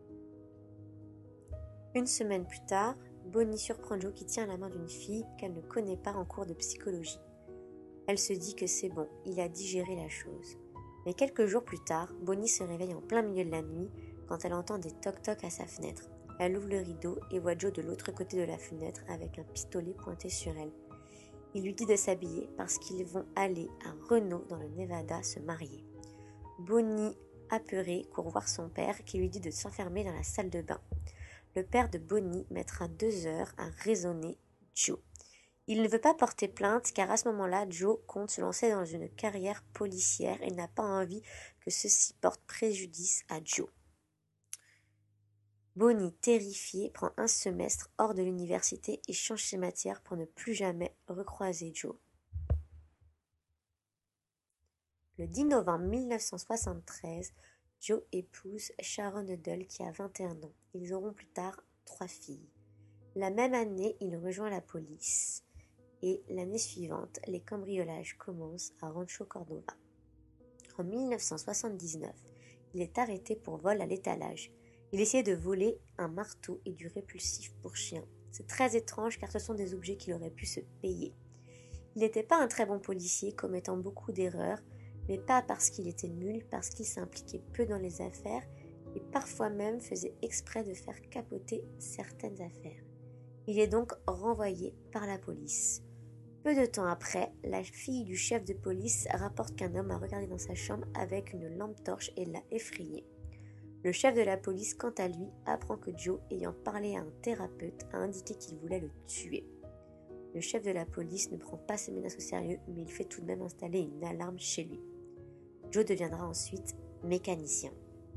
Une semaine plus tard, Bonnie surprend Joe qui tient la main d'une fille qu'elle ne connaît pas en cours de psychologie. Elle se dit que c'est bon, il a digéré la chose. Mais quelques jours plus tard, Bonnie se réveille en plein milieu de la nuit quand elle entend des toc-toc à sa fenêtre. Elle ouvre le rideau et voit Joe de l'autre côté de la fenêtre avec un pistolet pointé sur elle. Il lui dit de s'habiller parce qu'ils vont aller à Reno dans le Nevada se marier. Bonnie, apeurée, court voir son père qui lui dit de s'enfermer dans la salle de bain. Le père de Bonnie mettra deux heures à raisonner Joe. Il ne veut pas porter plainte car à ce moment-là, Joe compte se lancer dans une carrière policière et n'a pas envie que ceci porte préjudice à Joe. Bonnie, terrifiée, prend un semestre hors de l'université et change ses matières pour ne plus jamais recroiser Joe. Le dix novembre mille neuf cent soixante-treize, Joe épouse Sharon Huddle qui a vingt et un ans. Ils auront plus tard trois filles. La même année, il rejoint la police. Et l'année suivante, les cambriolages commencent à Rancho Cordova. En mille neuf cent soixante-dix-neuf, il est arrêté pour vol à l'étalage. Il essayait de voler un marteau et du répulsif pour chien. C'est très étrange car ce sont des objets qu'il aurait pu se payer. Il n'était pas un très bon policier, commettant beaucoup d'erreurs, mais pas parce qu'il était nul, parce qu'il s'impliquait peu dans les affaires et parfois même faisait exprès de faire capoter certaines affaires. Il est donc renvoyé par la police. Peu de temps après, la fille du chef de police rapporte qu'un homme a regardé dans sa chambre avec une lampe torche et l'a effrayé. Le chef de la police, quant à lui, apprend que Joe, ayant parlé à un thérapeute, a indiqué qu'il voulait le tuer. Le chef de la police ne prend pas ses menaces au sérieux, mais il fait tout de même installer une alarme chez lui. Joe deviendra ensuite mécanicien.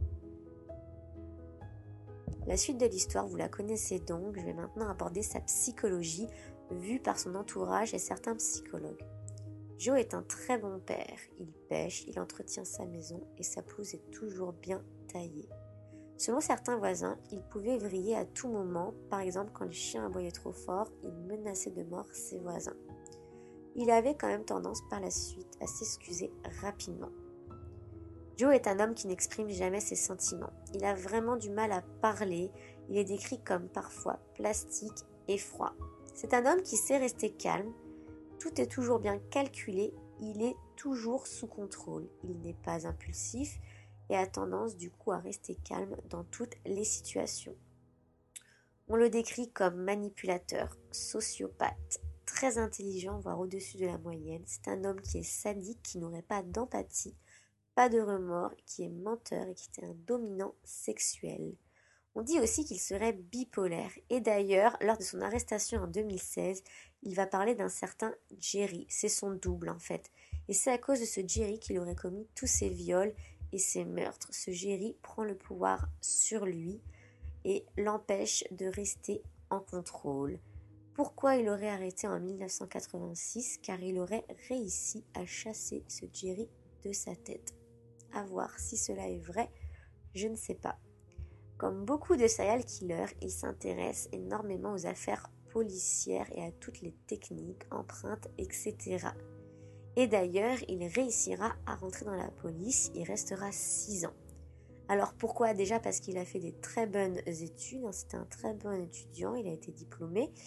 La suite de l'histoire, vous la connaissez donc, je vais maintenant aborder sa psychologie, vue par son entourage et certains psychologues. Joe est un très bon père, il pêche, il entretient sa maison et sa pelouse est toujours bien taillée. Selon certains voisins, il pouvait vriller à tout moment, par exemple quand le chien aboyait trop fort, il menaçait de mort ses voisins. Il avait quand même tendance par la suite à s'excuser rapidement. Joe est un homme qui n'exprime jamais ses sentiments. Il a vraiment du mal à parler, il est décrit comme parfois plastique et froid. C'est un homme qui sait rester calme, tout est toujours bien calculé, il est toujours sous contrôle, il n'est pas impulsif et a tendance du coup à rester calme dans toutes les situations. On le décrit comme manipulateur, sociopathe, très intelligent, voire au-dessus de la moyenne. C'est un homme qui est sadique, qui n'aurait pas d'empathie, pas de remords, qui est menteur et qui est un dominant sexuel. On dit aussi qu'il serait bipolaire. Et d'ailleurs, lors de son arrestation en deux mille seize, il va parler d'un certain Jerry. C'est son double en fait. Et c'est à cause de ce Jerry qu'il aurait commis tous ses viols et ses meurtres. Ce Jerry prend le pouvoir sur lui et l'empêche de rester en contrôle. Pourquoi il aurait arrêté en mille neuf cent quatre-vingt-six? Car il aurait réussi à chasser ce Jerry de sa tête. À voir si cela est vrai, je ne sais pas. Comme beaucoup de serial killers, il s'intéresse énormément aux affaires policières et à toutes les techniques, empreintes, et cetera. Et d'ailleurs, il réussira à rentrer dans la police, il restera six ans. Alors pourquoi? Déjà parce qu'il a fait des très bonnes études, c'était un très bon étudiant, il a été diplômé,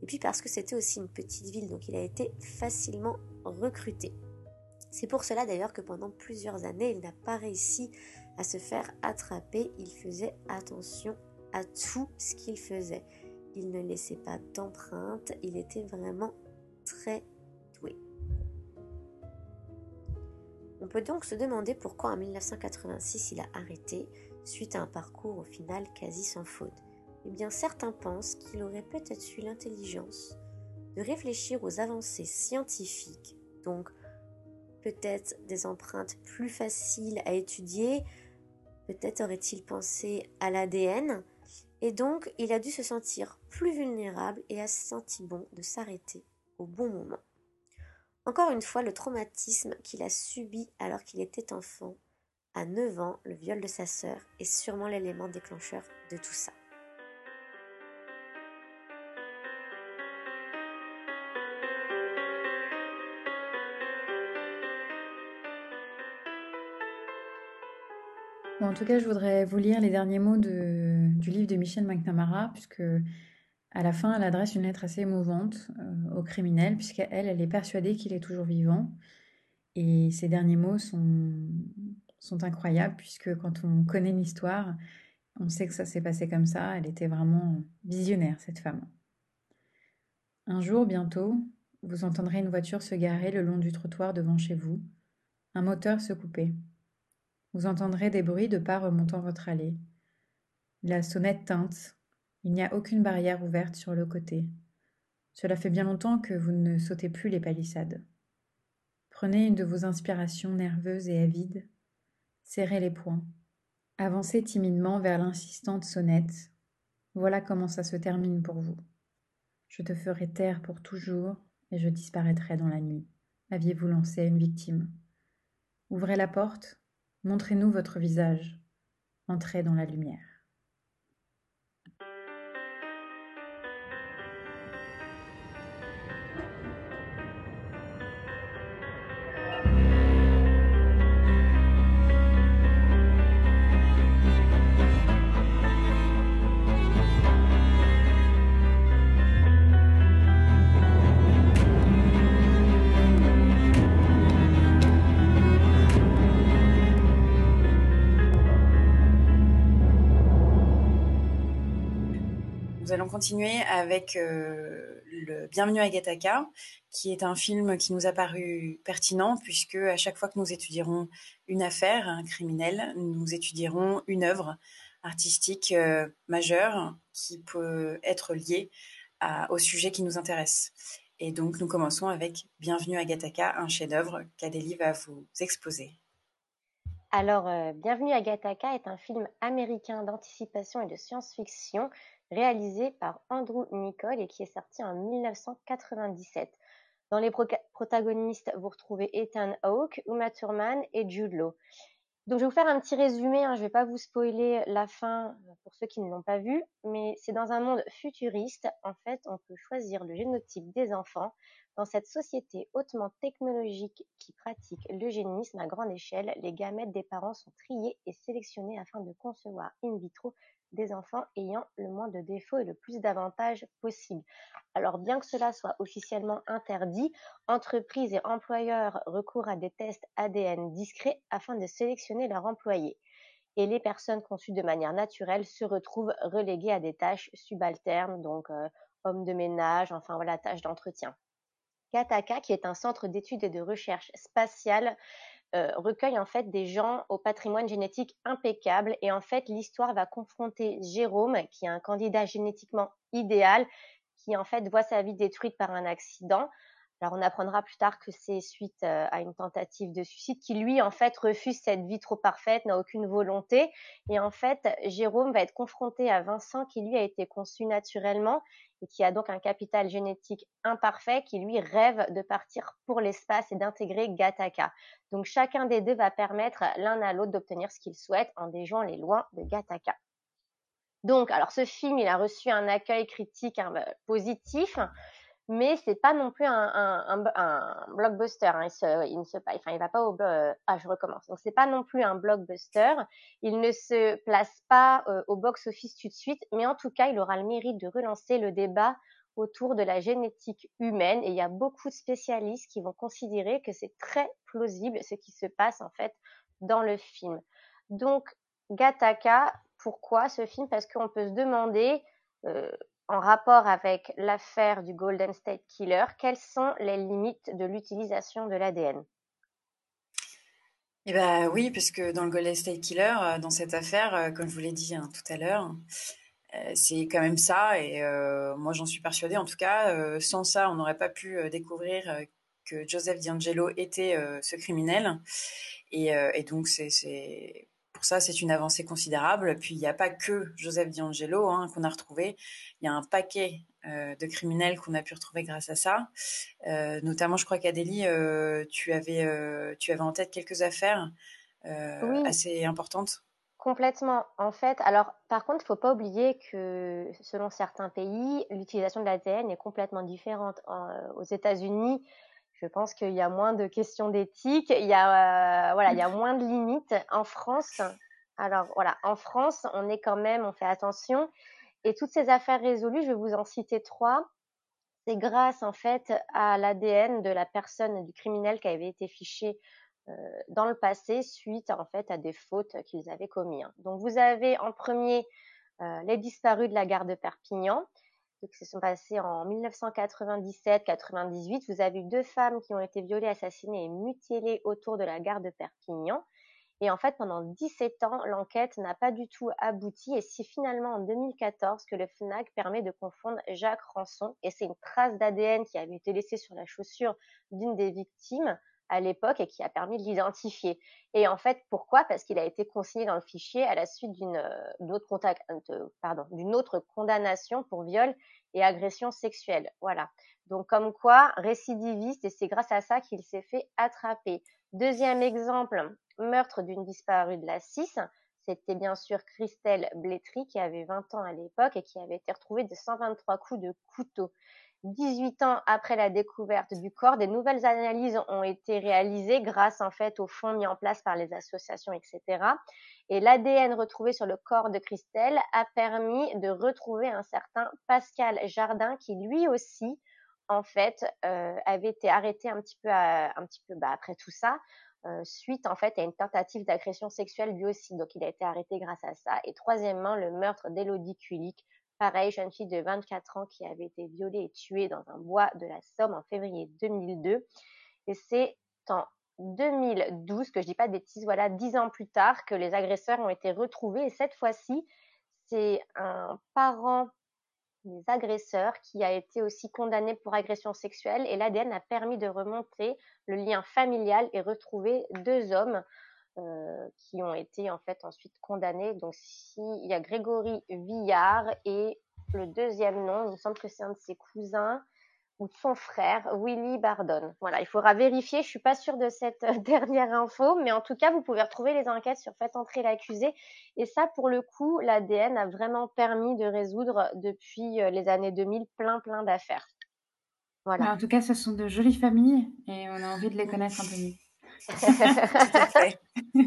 et puis parce que c'était aussi une petite ville, donc il a été facilement recruté. C'est pour cela d'ailleurs que pendant plusieurs années, il n'a pas réussi à se faire attraper. Il faisait attention à tout ce qu'il faisait. Il ne laissait pas d'empreinte, il était vraiment très doué. On peut donc se demander pourquoi en dix-neuf cent quatre-vingt-six il a arrêté, suite à un parcours au final quasi sans faute. Eh bien certains pensent qu'il aurait peut-être eu l'intelligence de réfléchir aux avancées scientifiques, donc peut-être des empreintes plus faciles à étudier, peut-être aurait-il pensé à l'A D N, et donc il a dû se sentir plus vulnérable et a senti bon de s'arrêter au bon moment. Encore une fois, le traumatisme qu'il a subi alors qu'il était enfant, à neuf ans, le viol de sa sœur, est sûrement l'élément déclencheur de tout ça. Bon, en tout cas, je voudrais vous lire les derniers mots de- du livre de Michelle McNamara, puisque à la fin, elle adresse une lettre assez émouvante euh, au criminel, puisqu'elle, elle est persuadée qu'il est toujours vivant. Et ces derniers mots sont, sont incroyables, puisque quand on connaît l'histoire, on sait que ça s'est passé comme ça. Elle était vraiment visionnaire, cette femme. Un jour, bientôt, vous entendrez une voiture se garer le long du trottoir devant chez vous, un moteur se couper. Vous entendrez des bruits de pas remontant votre allée. La sonnette tinte. Il n'y a aucune barrière ouverte sur le côté. Cela fait bien longtemps que vous ne sautez plus les palissades. Prenez une de vos inspirations nerveuses et avides. Serrez les poings. Avancez timidement vers l'insistante sonnette. Voilà comment ça se termine pour vous. Je te ferai taire pour toujours et je disparaîtrai dans la nuit. Aviez-vous lancé à une victime? Ouvrez la porte. Montrez-nous votre visage. Entrez dans la lumière. Nous allons continuer avec euh, le Bienvenue à Gattaca, qui est un film qui nous a paru pertinent, puisque à chaque fois que nous étudierons une affaire, un criminel, nous étudierons une œuvre artistique euh, majeure qui peut être liée à, au sujet qui nous intéresse. Et donc nous commençons avec Bienvenue à Gattaca, un chef-d'œuvre qu'Adélie va vous exposer. Alors, euh, Bienvenue à Gattaca est un film américain d'anticipation et de science-fiction réalisé par Andrew Niccol et qui est sorti en dix-neuf cent quatre-vingt-dix-sept. Dans les pro- protagonistes, vous retrouvez Ethan Hawke, Uma Thurman et Jude Law. Donc, je vais vous faire un petit résumé, hein, je ne vais pas vous spoiler la fin pour ceux qui ne l'ont pas vu, mais c'est dans un monde futuriste, en fait, on peut choisir le génotype des enfants. Dans cette société hautement technologique qui pratique l'eugénisme à grande échelle, les gamètes des parents sont triés et sélectionnés afin de concevoir in vitro des enfants ayant le moins de défauts et le plus d'avantages possible. Alors, bien que cela soit officiellement interdit, entreprises et employeurs recourent à des tests A D N discrets afin de sélectionner leurs employés. Et les personnes conçues de manière naturelle se retrouvent reléguées à des tâches subalternes, donc euh, hommes de ménage, enfin voilà, tâches d'entretien. Gattaca, qui est un centre d'études et de recherche spatiale, euh, recueille en fait des gens au patrimoine génétique impeccable. Et en fait, l'histoire va confronter Jérôme, qui est un candidat génétiquement idéal, qui en fait voit sa vie détruite par un accident. Alors on apprendra plus tard que c'est suite euh, à une tentative de suicide, qui lui en fait refuse cette vie trop parfaite, n'a aucune volonté. Et en fait, Jérôme va être confronté à Vincent, qui lui a été conçu naturellement et qui a donc un capital génétique imparfait, qui lui rêve de partir pour l'espace et d'intégrer Gattaca. Donc chacun des deux va permettre l'un à l'autre d'obtenir ce qu'il souhaite en déjouant les lois de Gattaca. Donc, alors ce film, il a reçu un accueil critique hein, positif, mais c'est pas non plus un, un, un, un blockbuster. Hein. Il se, il ne se, enfin, il va pas au euh, ah, je recommence. Donc c'est pas non plus un blockbuster. Il ne se place pas euh, au box-office tout de suite, mais en tout cas, il aura le mérite de relancer le débat autour de la génétique humaine et il y a beaucoup de spécialistes qui vont considérer que c'est très plausible ce qui se passe en fait dans le film. Donc Gattaca, pourquoi ce film? Parce qu'on peut se demander, euh, en rapport avec l'affaire du Golden State Killer, quelles sont les limites de l'utilisation de l'A D N? Eh ben oui, parce que dans le Golden State Killer, euh, dans cette affaire, euh, comme je vous l'ai dit hein, tout à l'heure, euh, c'est quand même ça. Et euh, moi, j'en suis persuadée. En tout cas, euh, sans ça, on n'aurait pas pu euh, découvrir euh, que Joseph DeAngelo était euh, ce criminel. Et, euh, et donc, c'est, c'est pour ça, c'est une avancée considérable. Puis, il n'y a pas que Joseph DeAngelo hein, qu'on a retrouvé. Il y a un paquet euh, de criminels qu'on a pu retrouver grâce à ça. Euh, notamment, je crois qu'Adélie, euh, tu avais, euh, tu avais en tête quelques affaires euh, Oui, assez importantes. complètement. En fait, alors par contre, il ne faut pas oublier que selon certains pays, l'utilisation de l'A D N est complètement différente. En, euh, aux États-Unis, je pense qu'il y a moins de questions d'éthique, il y a euh, voilà, il y a moins de limites. En France, alors voilà, en France, on est quand même, on fait attention. Et toutes ces affaires résolues, je vais vous en citer trois. C'est grâce en fait à l'A D N de la personne, du criminel qui avait été fiché euh, dans le passé suite en fait à des fautes qu'ils avaient commises. Hein. Donc vous avez en premier euh, les disparus de la gare de Perpignan, qui se sont passés en mille neuf cent quatre-vingt-dix-sept quatre-vingt-dix-huit. Vous avez eu deux femmes qui ont été violées, assassinées et mutilées autour de la gare de Perpignan. Et en fait, pendant dix-sept ans, l'enquête n'a pas du tout abouti. Et c'est finalement en deux mille quatorze que le FNAC permet de confondre Jacques Rançon. Et c'est une trace d'A D N qui avait été laissée sur la chaussure d'une des victimes à l'époque et qui a permis de l'identifier. Et en fait, pourquoi? Parce qu'il a été consigné dans le fichier à la suite d'une autre, contact, euh, pardon, d'une autre condamnation pour viol et agression sexuelle. Voilà. Donc, comme quoi, récidiviste, et c'est grâce à ça qu'il s'est fait attraper. Deuxième exemple, meurtre d'une disparue de la six. C'était bien sûr Christelle Blétry qui avait vingt ans à l'époque et qui avait été retrouvée de cent vingt-trois coups de couteau. dix-huit ans après la découverte du corps, des nouvelles analyses ont été réalisées grâce en fait aux fonds mis en place par les associations, et cetera. Et l'A D N retrouvé sur le corps de Christelle a permis de retrouver un certain Pascal Jardin qui lui aussi en fait euh, avait été arrêté un petit peu, à, un petit peu bah, après tout ça. Euh, suite en fait à une tentative d'agression sexuelle lui aussi. Donc il a été arrêté grâce à ça. Et troisièmement, le meurtre d'Élodie Kulik, pareil, jeune fille de vingt-quatre ans qui avait été violée et tuée dans un bois de la Somme en février deux mille deux. Et c'est en deux mille douze, que je dis pas de bêtises, voilà, dix ans plus tard, que les agresseurs ont été retrouvés. Et cette fois-ci, c'est un parent des agresseurs qui a été aussi condamné pour agression sexuelle et l'A D N a permis de remonter le lien familial et retrouver deux hommes euh, qui ont été en fait ensuite condamnés. Donc si, il y a Grégory Villard et le deuxième nom, il me semble que c'est un de ses cousins ou de son frère, Willy Bardon. Voilà, il faudra vérifier, je suis pas sûre de cette euh, dernière info, mais en tout cas, vous pouvez retrouver les enquêtes sur Faites entrer l'accusé. Et ça, pour le coup, l'A D N a vraiment permis de résoudre depuis euh, les années deux mille plein, plein d'affaires. Voilà. Mais en tout cas, ce sont de jolies familles et on a envie de les connaître un peu mieux. Tout à fait.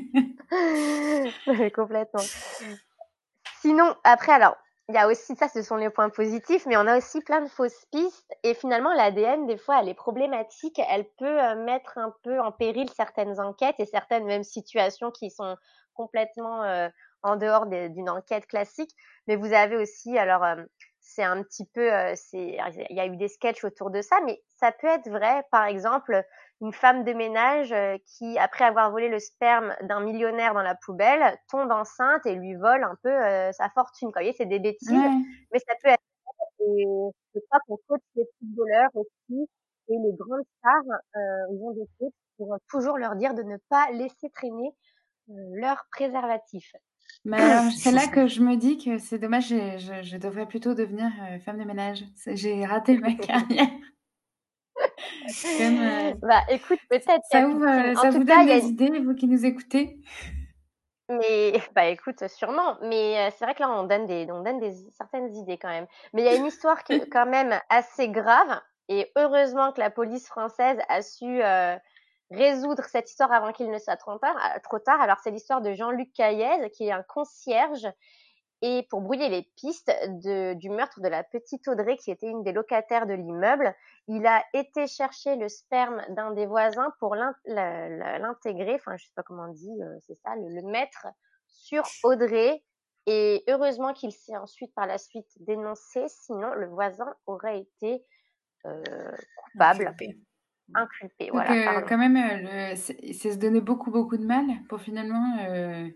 Oui, complètement. Sinon, après, alors, il y a aussi, ça, ce sont les points positifs, mais on a aussi plein de fausses pistes. Et finalement, l'A D N, des fois, elle est problématique. Elle peut euh, mettre un peu en péril certaines enquêtes et certaines même situations qui sont complètement euh, en dehors de, d'une enquête classique. Mais vous avez aussi, alors, euh, c'est un petit peu, euh, c'est, il y a eu des sketchs autour de ça, mais ça peut être vrai, par exemple, une femme de ménage euh, qui, après avoir volé le sperme d'un millionnaire dans la poubelle, tombe enceinte et lui vole un peu euh, sa fortune. Vous voyez, c'est des bêtises, Ouais. mais ça peut être. Et je crois qu'on coach les footballeurs aussi et les grandes stars, euh, ils ont des coachs pour toujours leur dire de ne pas laisser traîner euh, leur préservatif. Mais alors, c'est là que je me dis que c'est dommage, je, je, je devrais plutôt devenir euh, femme de ménage. C'est- J'ai raté ma carrière. Comme, euh, Bah, écoute, peut-être, ça ouvre, Capucine. euh, En ça tout vous cas, donne il y a des idées, vous qui nous écoutez? Mais bah écoute, sûrement. Mais euh, c'est vrai que là, on donne des, on donne des certaines idées quand même. Mais il y a une histoire qui est quand même assez grave. Et heureusement que la police française a su euh, résoudre cette histoire avant qu'il ne soit trop tard. euh, Trop tard. Alors c'est l'histoire de Jean-Luc Caillez, qui est un concierge et pour brouiller les pistes de, du meurtre de la petite Audrey, qui était une des locataires de l'immeuble, il a été chercher le sperme d'un des voisins pour l'in, l'intégrer, enfin je sais pas comment on dit, euh, c'est ça, le, le mettre sur Audrey. Et heureusement qu'il s'est ensuite par la suite dénoncé, sinon le voisin aurait été euh, coupable, inculpé. inculpé Donc voilà, euh, pardon. quand même, euh, le, c'est, c'est se donner beaucoup beaucoup de mal pour finalement euh,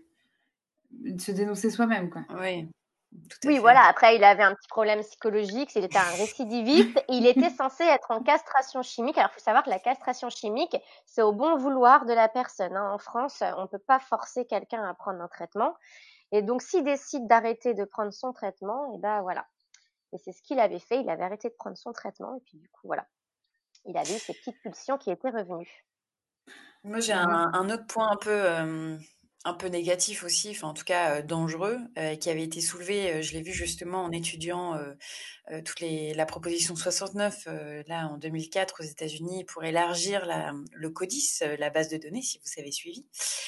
se dénoncer soi-même, quoi. Oui. Tout à oui, fait. voilà. Après, il avait un petit problème psychologique, c'était un récidiviste. Et il était censé être en castration chimique. Alors, il faut savoir que la castration chimique, c'est au bon vouloir de la personne. Hein. En France, on ne peut pas forcer quelqu'un à prendre un traitement. Et donc, s'il décide d'arrêter de prendre son traitement, et ben voilà. Et c'est ce qu'il avait fait. Il avait arrêté de prendre son traitement. Et puis, du coup, voilà. Il avait eu ces petites pulsions qui étaient revenues. Moi, j'ai un, un autre point un peu, euh, un peu négatif aussi, enfin en tout cas euh, dangereux, euh, qui avait été soulevé. euh, je l'ai vu justement en étudiant euh, euh, toutes les, la proposition soixante-neuf euh, là en deux mille quatre aux États-Unis pour élargir la, le CODIS, euh, la base de données, si vous avez suivi.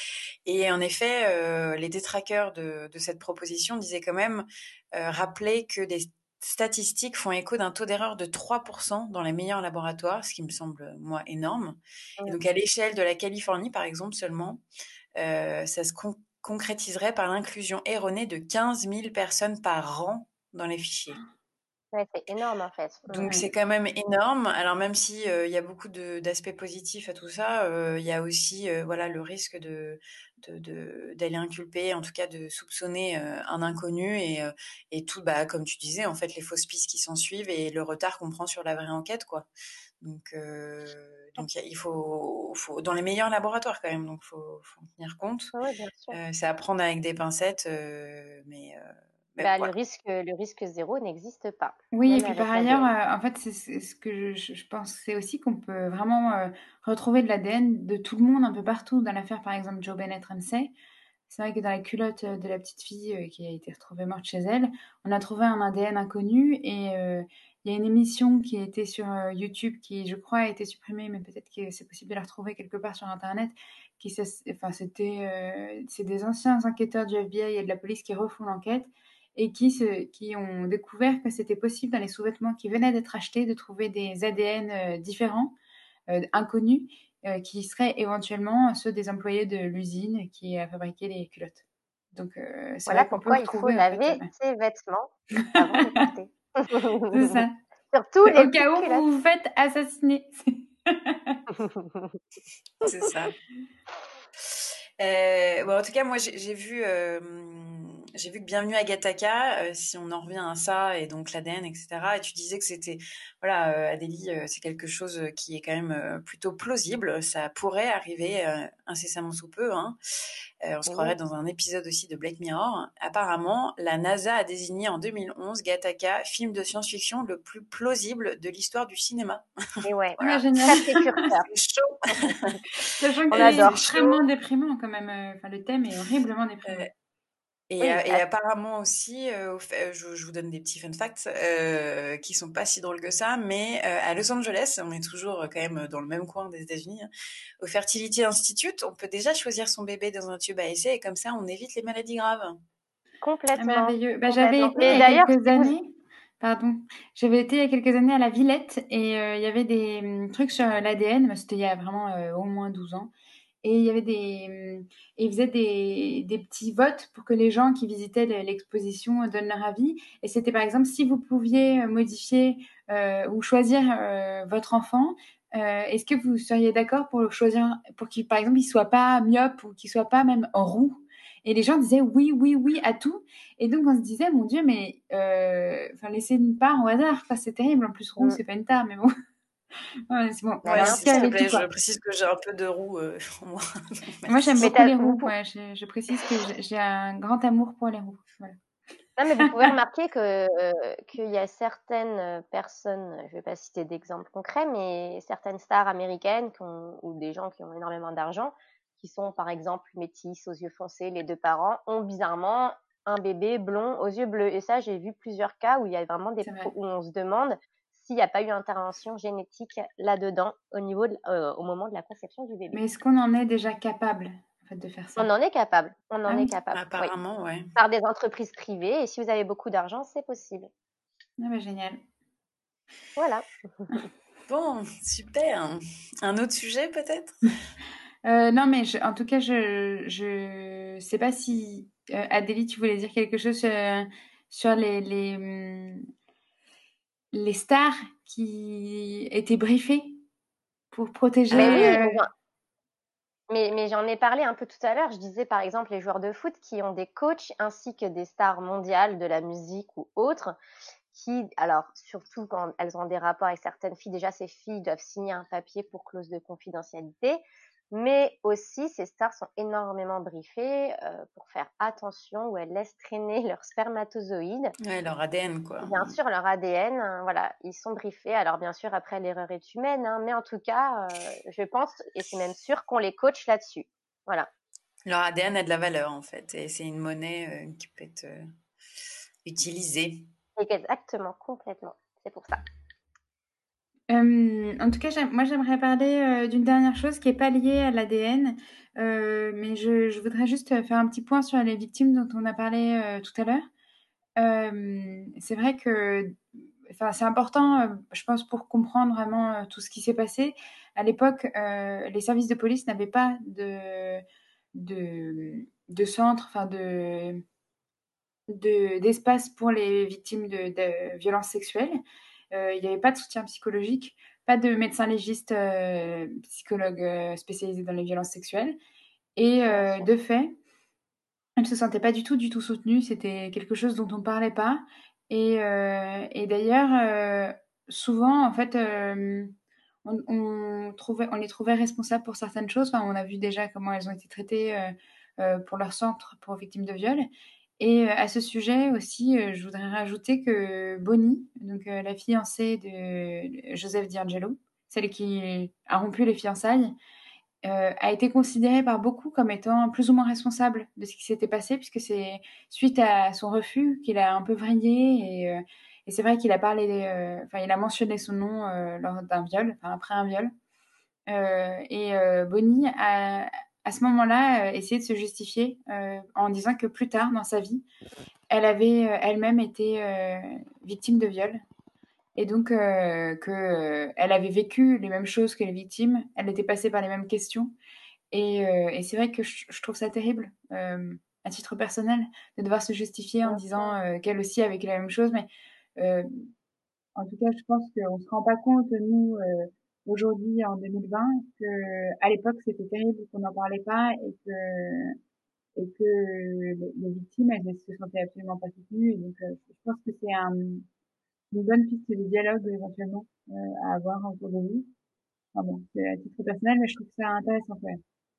Et en effet, euh, les détraqueurs de, de cette proposition disaient quand même euh, rappeler que des statistiques font écho d'un taux d'erreur de trois pour cent dans les meilleurs laboratoires, ce qui me semble, moi, énorme. Et donc, à l'échelle de la Californie, par exemple, seulement, euh, ça se con- concrétiserait par l'inclusion erronée de quinze mille personnes par an dans les fichiers. Ouais, c'est énorme, en fait. Donc, Ouais. c'est quand même énorme. Alors, même si il y a beaucoup de, d'aspects positifs à tout ça, il y a aussi euh, voilà, le risque de, de, de, d'aller inculper, en tout cas de soupçonner euh, un inconnu et, euh, et tout, bah, comme tu disais, en fait, les fausses pistes qui s'en suivent et le retard qu'on prend sur la vraie enquête, quoi. Donc, euh, donc il faut, faut, dans les meilleurs laboratoires quand même, donc il faut, faut en tenir compte. Oui, bien sûr. Euh, c'est à prendre avec des pincettes, euh, mais, euh, mais Bah, voilà. le risque, le risque zéro n'existe pas. Oui, même et puis avec par ailleurs, l'A D N. euh, en fait, c'est, c'est ce que je, je pense, c'est aussi qu'on peut vraiment euh, retrouver de l'A D N de tout le monde un peu partout. Dans l'affaire, par exemple, Joe Bennett Ramsey, c'est vrai que dans la culotte de la petite fille euh, qui a été retrouvée morte chez elle, on a trouvé un A D N inconnu. Et euh, il y a une émission qui était sur euh, YouTube qui, je crois, a été supprimée, mais peut-être que c'est possible de la retrouver quelque part sur Internet. Qui, enfin, c'était, euh, c'est des anciens enquêteurs du F B I et de la police qui refont l'enquête et qui, se, qui ont découvert que c'était possible dans les sous-vêtements qui venaient d'être achetés de trouver des A D N euh, différents, euh, inconnus, euh, qui seraient éventuellement ceux des employés de l'usine qui a fabriqué les culottes. Donc euh, c'est Voilà vrai qu'on peut pourquoi il faut retrouver en fait. laver euh, ses vêtements avant de porter. C'est ça. Surtout les Au cas petites où culottes. vous vous faites assassiner. C'est ça. Euh, bon, en tout cas, moi, j'ai, j'ai vu, euh, j'ai vu que Bienvenue à Gattaca, euh, si on en revient à ça, et donc l'A D N, et cetera. Et tu disais que c'était, voilà, euh, Adélie, euh, c'est quelque chose qui est quand même euh, plutôt plausible. Ça pourrait arriver euh, incessamment sous peu. Hein. Euh, on se Oui. croirait dans un épisode aussi de Black Mirror. Apparemment, la NASA a désigné en deux mille onze Gattaca film de science-fiction le plus plausible de l'histoire du cinéma. Et ouais, Ah, Voilà. génial. très précurseur. C'est chaud. Sachant On que c'est adore. extrêmement déprimant quand même. euh, Enfin, le thème est horriblement déprimant. Euh, Et, Oui, euh, et ah, apparemment aussi, euh, au fait- je, je vous donne des petits fun facts euh, qui sont pas si drôles que ça, mais euh, à Los Angeles, on est toujours euh, quand même dans le même coin des États-Unis, hein, au Fertility Institute, on peut déjà choisir son bébé dans un tube à essai et comme ça, on évite les maladies graves. Ah, complètement. merveilleux. Bah, j'avais complètement. été Mais il y a d'ailleurs, quelques si vous... années. Pardon. J'avais été il y a quelques années à la Villette et euh, il y avait des hum, trucs sur l'A D N. C'était il y a vraiment euh, au moins douze ans. Et il y avait des, hum, et ils faisaient des, des petits votes pour que les gens qui visitaient l'exposition donnent leur avis. Et c'était par exemple si vous pouviez modifier euh, ou choisir euh, votre enfant, euh, est-ce que vous seriez d'accord pour le choisir, pour qu'il par exemple il soit pas myope ou qu'il soit pas même roux? Et les gens disaient oui, oui, oui à tout. Et donc on se disait mon Dieu, mais euh, enfin laisser une part au hasard, quoi, c'est terrible. En plus roux, Mm. c'est pas une tare, mais bon. Ouais, c'est bon. Bah, Ouais, bien En tout s'il cas, il y te avait tout plaît, je quoi. précise que j'ai un peu de roux euh, en moi. Moi, j'aime Mais Merci. beaucoup t'as- les vous, roux. pou- Ouais, je, je précise que j'ai- j'ai un grand amour pour les roux. Voilà. non, mais vous pouvez remarquer que euh, qu'il y a certaines euh, personnes, je vais pas citer d'exemples concrets, mais certaines stars américaines qui ont- ou des gens qui ont énormément d'argent, qui sont par exemple métis, aux yeux foncés, les deux parents, ont bizarrement un bébé blond aux yeux bleus. Et ça, j'ai vu plusieurs cas où il y a vraiment des C'est vrai. pro- où on se demande s'il n'y a pas eu intervention génétique là-dedans au niveau de- euh, au moment de la conception du bébé. Mais est-ce qu'on en est déjà capable? En fait, de faire ça. On en est capable. On en Ah est oui. capable. Apparemment, oui. ouais. Par des entreprises privées. Et si vous avez beaucoup d'argent, c'est possible. Ah bah, génial. Voilà. Bon, super. Un autre sujet peut-être euh, Non, mais je, en tout cas, je je sais pas si euh, Adélie, tu voulais dire quelque chose sur, sur les les, hum, les stars qui étaient briefées pour protéger. Mais oui, euh, mais j'en- mais, mais j'en ai parlé un peu tout à l'heure. Je disais par exemple les joueurs de foot qui ont des coachs ainsi que des stars mondiales de la musique ou autres qui, alors surtout quand elles ont des rapports avec certaines filles, déjà ces filles doivent signer un papier pour clause de confidentialité, mais aussi ces stars sont énormément briefées euh, pour faire attention où elles laissent traîner leurs spermatozoïdes. Ouais, leur A D N, quoi. Bien sûr, leur A D N, euh, voilà, ils sont briefés. Alors bien sûr, après l'erreur est humaine, hein, mais en tout cas, euh, je pense, et c'est même sûr qu'on les coach là-dessus. Voilà. Leur A D N a de la valeur, en fait, et c'est une monnaie euh, qui peut être euh, utilisée. Exactement, complètement. C'est pour ça. Euh, en tout cas, j'aime- moi j'aimerais parler euh, d'une dernière chose qui n'est pas liée à l'A D N, euh, mais je, je voudrais juste faire un petit point sur les victimes dont on a parlé euh, tout à l'heure. Euh, c'est vrai que enfin, c'est important, euh, je pense, pour comprendre vraiment euh, tout ce qui s'est passé. À l'époque, euh, les services de police n'avaient pas de, de, de centre, enfin de, de, d'espace pour les victimes de, de violences sexuelles. Euh, il n'y avait pas de soutien psychologique, pas de médecin légiste, euh, psychologue euh, spécialisé dans les violences sexuelles. Et euh, de fait, elle ne se sentait pas du tout, du tout soutenue. C'était quelque chose dont on ne parlait pas. Et, euh, et d'ailleurs, euh, souvent, en fait, euh, on, on, trouvait, on les trouvait responsables pour certaines choses. Enfin, on a vu déjà comment elles ont été traitées euh, euh, pour leur centre pour victimes de viol. Et euh, à ce sujet aussi, euh, je voudrais rajouter que Bonnie, donc euh, la fiancée de Joseph D'Angelo, celle qui a rompu les fiançailles, euh, a été considérée par beaucoup comme étant plus ou moins responsable de ce qui s'était passé, puisque c'est suite à son refus qu'il a un peu vrillé. Et, euh, et c'est vrai qu'il a parlé, euh, enfin, il a mentionné son nom euh, lors d'un viol, enfin, après un viol. Euh, et euh, Bonnie a, à ce moment-là, euh, essayé de se justifier euh, en disant que plus tard dans sa vie, elle avait euh, elle-même été euh, victime de viol. Et donc, euh, que, euh, elle avait vécu les mêmes choses que les victimes, elle était passée par les mêmes questions. Et, euh, et c'est vrai que je, je trouve ça terrible, euh, à titre personnel, de devoir se justifier en Bien disant sûr. euh, qu'elle aussi a vécu la même chose. Mais euh, en tout cas, je pense qu'on ne se rend pas compte, nous, euh, aujourd'hui, en deux mille vingt, que à l'époque, c'était terrible qu'on n'en parlait pas et que, et que les, les victimes, elles ne se sentaient absolument pas soutenues. Et donc, euh, je pense que c'est un, une bonne piste de dialogue éventuellement euh, à avoir autour de nous. Enfin bon, c'est à titre personnel, mais je trouve ça intéressant quand même.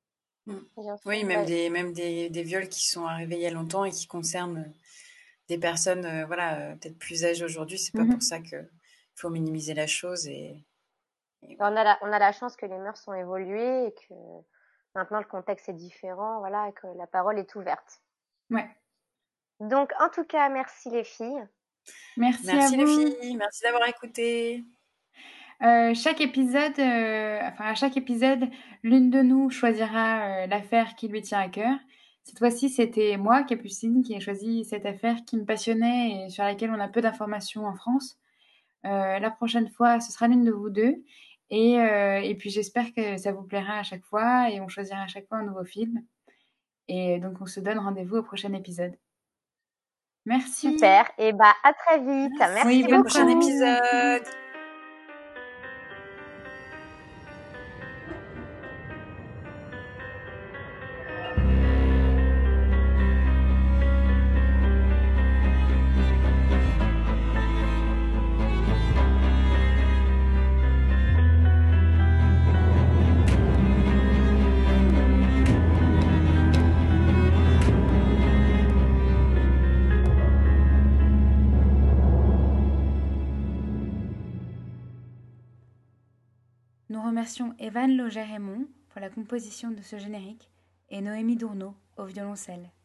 Bien sûr. Oui, même, Ouais. des, même des, des viols qui sont arrivés il y a longtemps et qui concernent des personnes euh, voilà, euh, peut-être plus âgées aujourd'hui. C'est pas Mhm. pour ça qu'il faut minimiser la chose. Et, et On a la, on a la chance que les mœurs ont évolué et que maintenant le contexte est différent, voilà, et que la parole est ouverte. Ouais. Donc, en tout cas, merci les filles. Merci à Merci les vous. filles, merci d'avoir écouté. Euh, chaque épisode, euh, enfin à chaque épisode, l'une de nous choisira euh, l'affaire qui lui tient à cœur. Cette fois-ci, c'était moi, Capucine, qui ai choisi cette affaire qui me passionnait et sur laquelle on a peu d'informations en France. Euh, la prochaine fois, ce sera l'une de vous deux. Et, euh, et puis j'espère que ça vous plaira à chaque fois et on choisira à chaque fois un nouveau film. Et donc on se donne rendez-vous au prochain épisode. Merci. Super. Et bah, à très vite. Merci, Merci Oui, au bonne beaucoup. prochain soirée. épisode. Nous remercions Evan Loger-Raymond pour la composition de ce générique et Noémie Dourneau au violoncelle.